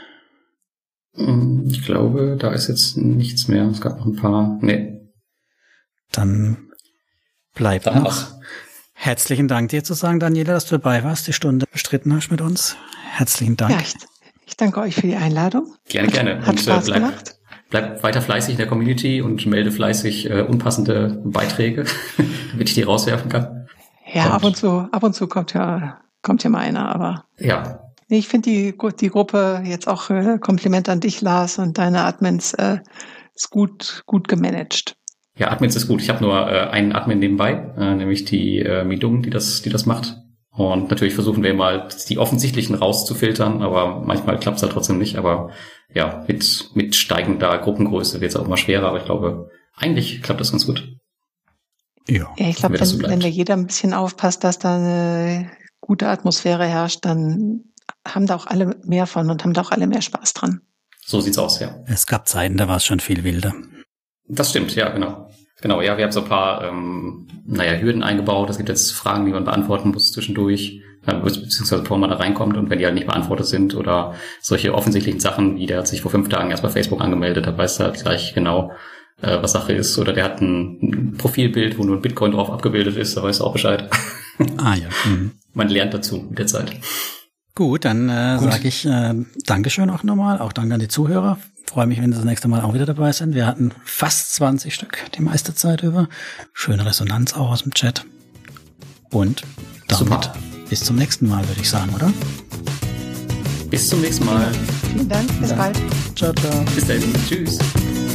Ich glaube, da ist jetzt nichts mehr. Es gab noch ein paar. Nee. Dann bleibt noch. Herzlichen Dank dir zu sagen, Daniela, dass du dabei warst, die Stunde bestritten hast mit uns. Herzlichen Dank. Ja, ich danke euch für die Einladung. Gerne. Hat Spaß gemacht. Bleib weiter fleißig in der Community und melde fleißig unpassende Beiträge, damit ich die rauswerfen kann. Ja, ab und zu kommt ja mal einer, aber. Ja. Nee, ich finde die Gruppe jetzt auch Kompliment an dich, Lars, und deine Admins ist gut gemanagt. Ja, Admins ist gut. Ich habe nur einen Admin nebenbei, nämlich die Midung, die das macht. Und natürlich versuchen wir mal, die offensichtlichen rauszufiltern, aber manchmal klappt es halt trotzdem nicht. Aber ja, mit steigender Gruppengröße wird es auch immer schwerer, aber ich glaube, eigentlich klappt das ganz gut. Ja, ich glaube, wenn da jeder ein bisschen aufpasst, dass da eine gute Atmosphäre herrscht, dann haben da auch alle mehr von und haben da auch alle mehr Spaß dran. So sieht's aus, ja. Es gab Zeiten, da war es schon viel wilder. Das stimmt, ja, genau. Genau, ja, wir haben so ein paar Hürden eingebaut. Es gibt jetzt Fragen, die man beantworten muss zwischendurch. beziehungsweise bevor man da reinkommt und wenn die halt nicht beantwortet sind oder solche offensichtlichen Sachen, wie der hat sich vor 5 Tagen erst bei Facebook angemeldet, da weiß er halt gleich genau, was Sache ist, oder der hat ein Profilbild, wo nur ein Bitcoin drauf abgebildet ist, da weiß er auch Bescheid. Ah ja. Mhm. Man lernt dazu mit der Zeit. Gut, dann sage ich Dankeschön auch nochmal, auch danke an die Zuhörer. Freue mich, wenn Sie das nächste Mal auch wieder dabei sind. Wir hatten fast 20 Stück die meiste Zeit über. Schöne Resonanz auch aus dem Chat. Und damit bis zum nächsten Mal, würde ich sagen, oder? Bis zum nächsten Mal. Vielen Dank, bis bald. Ciao, ciao. Bis dahin. Tschüss.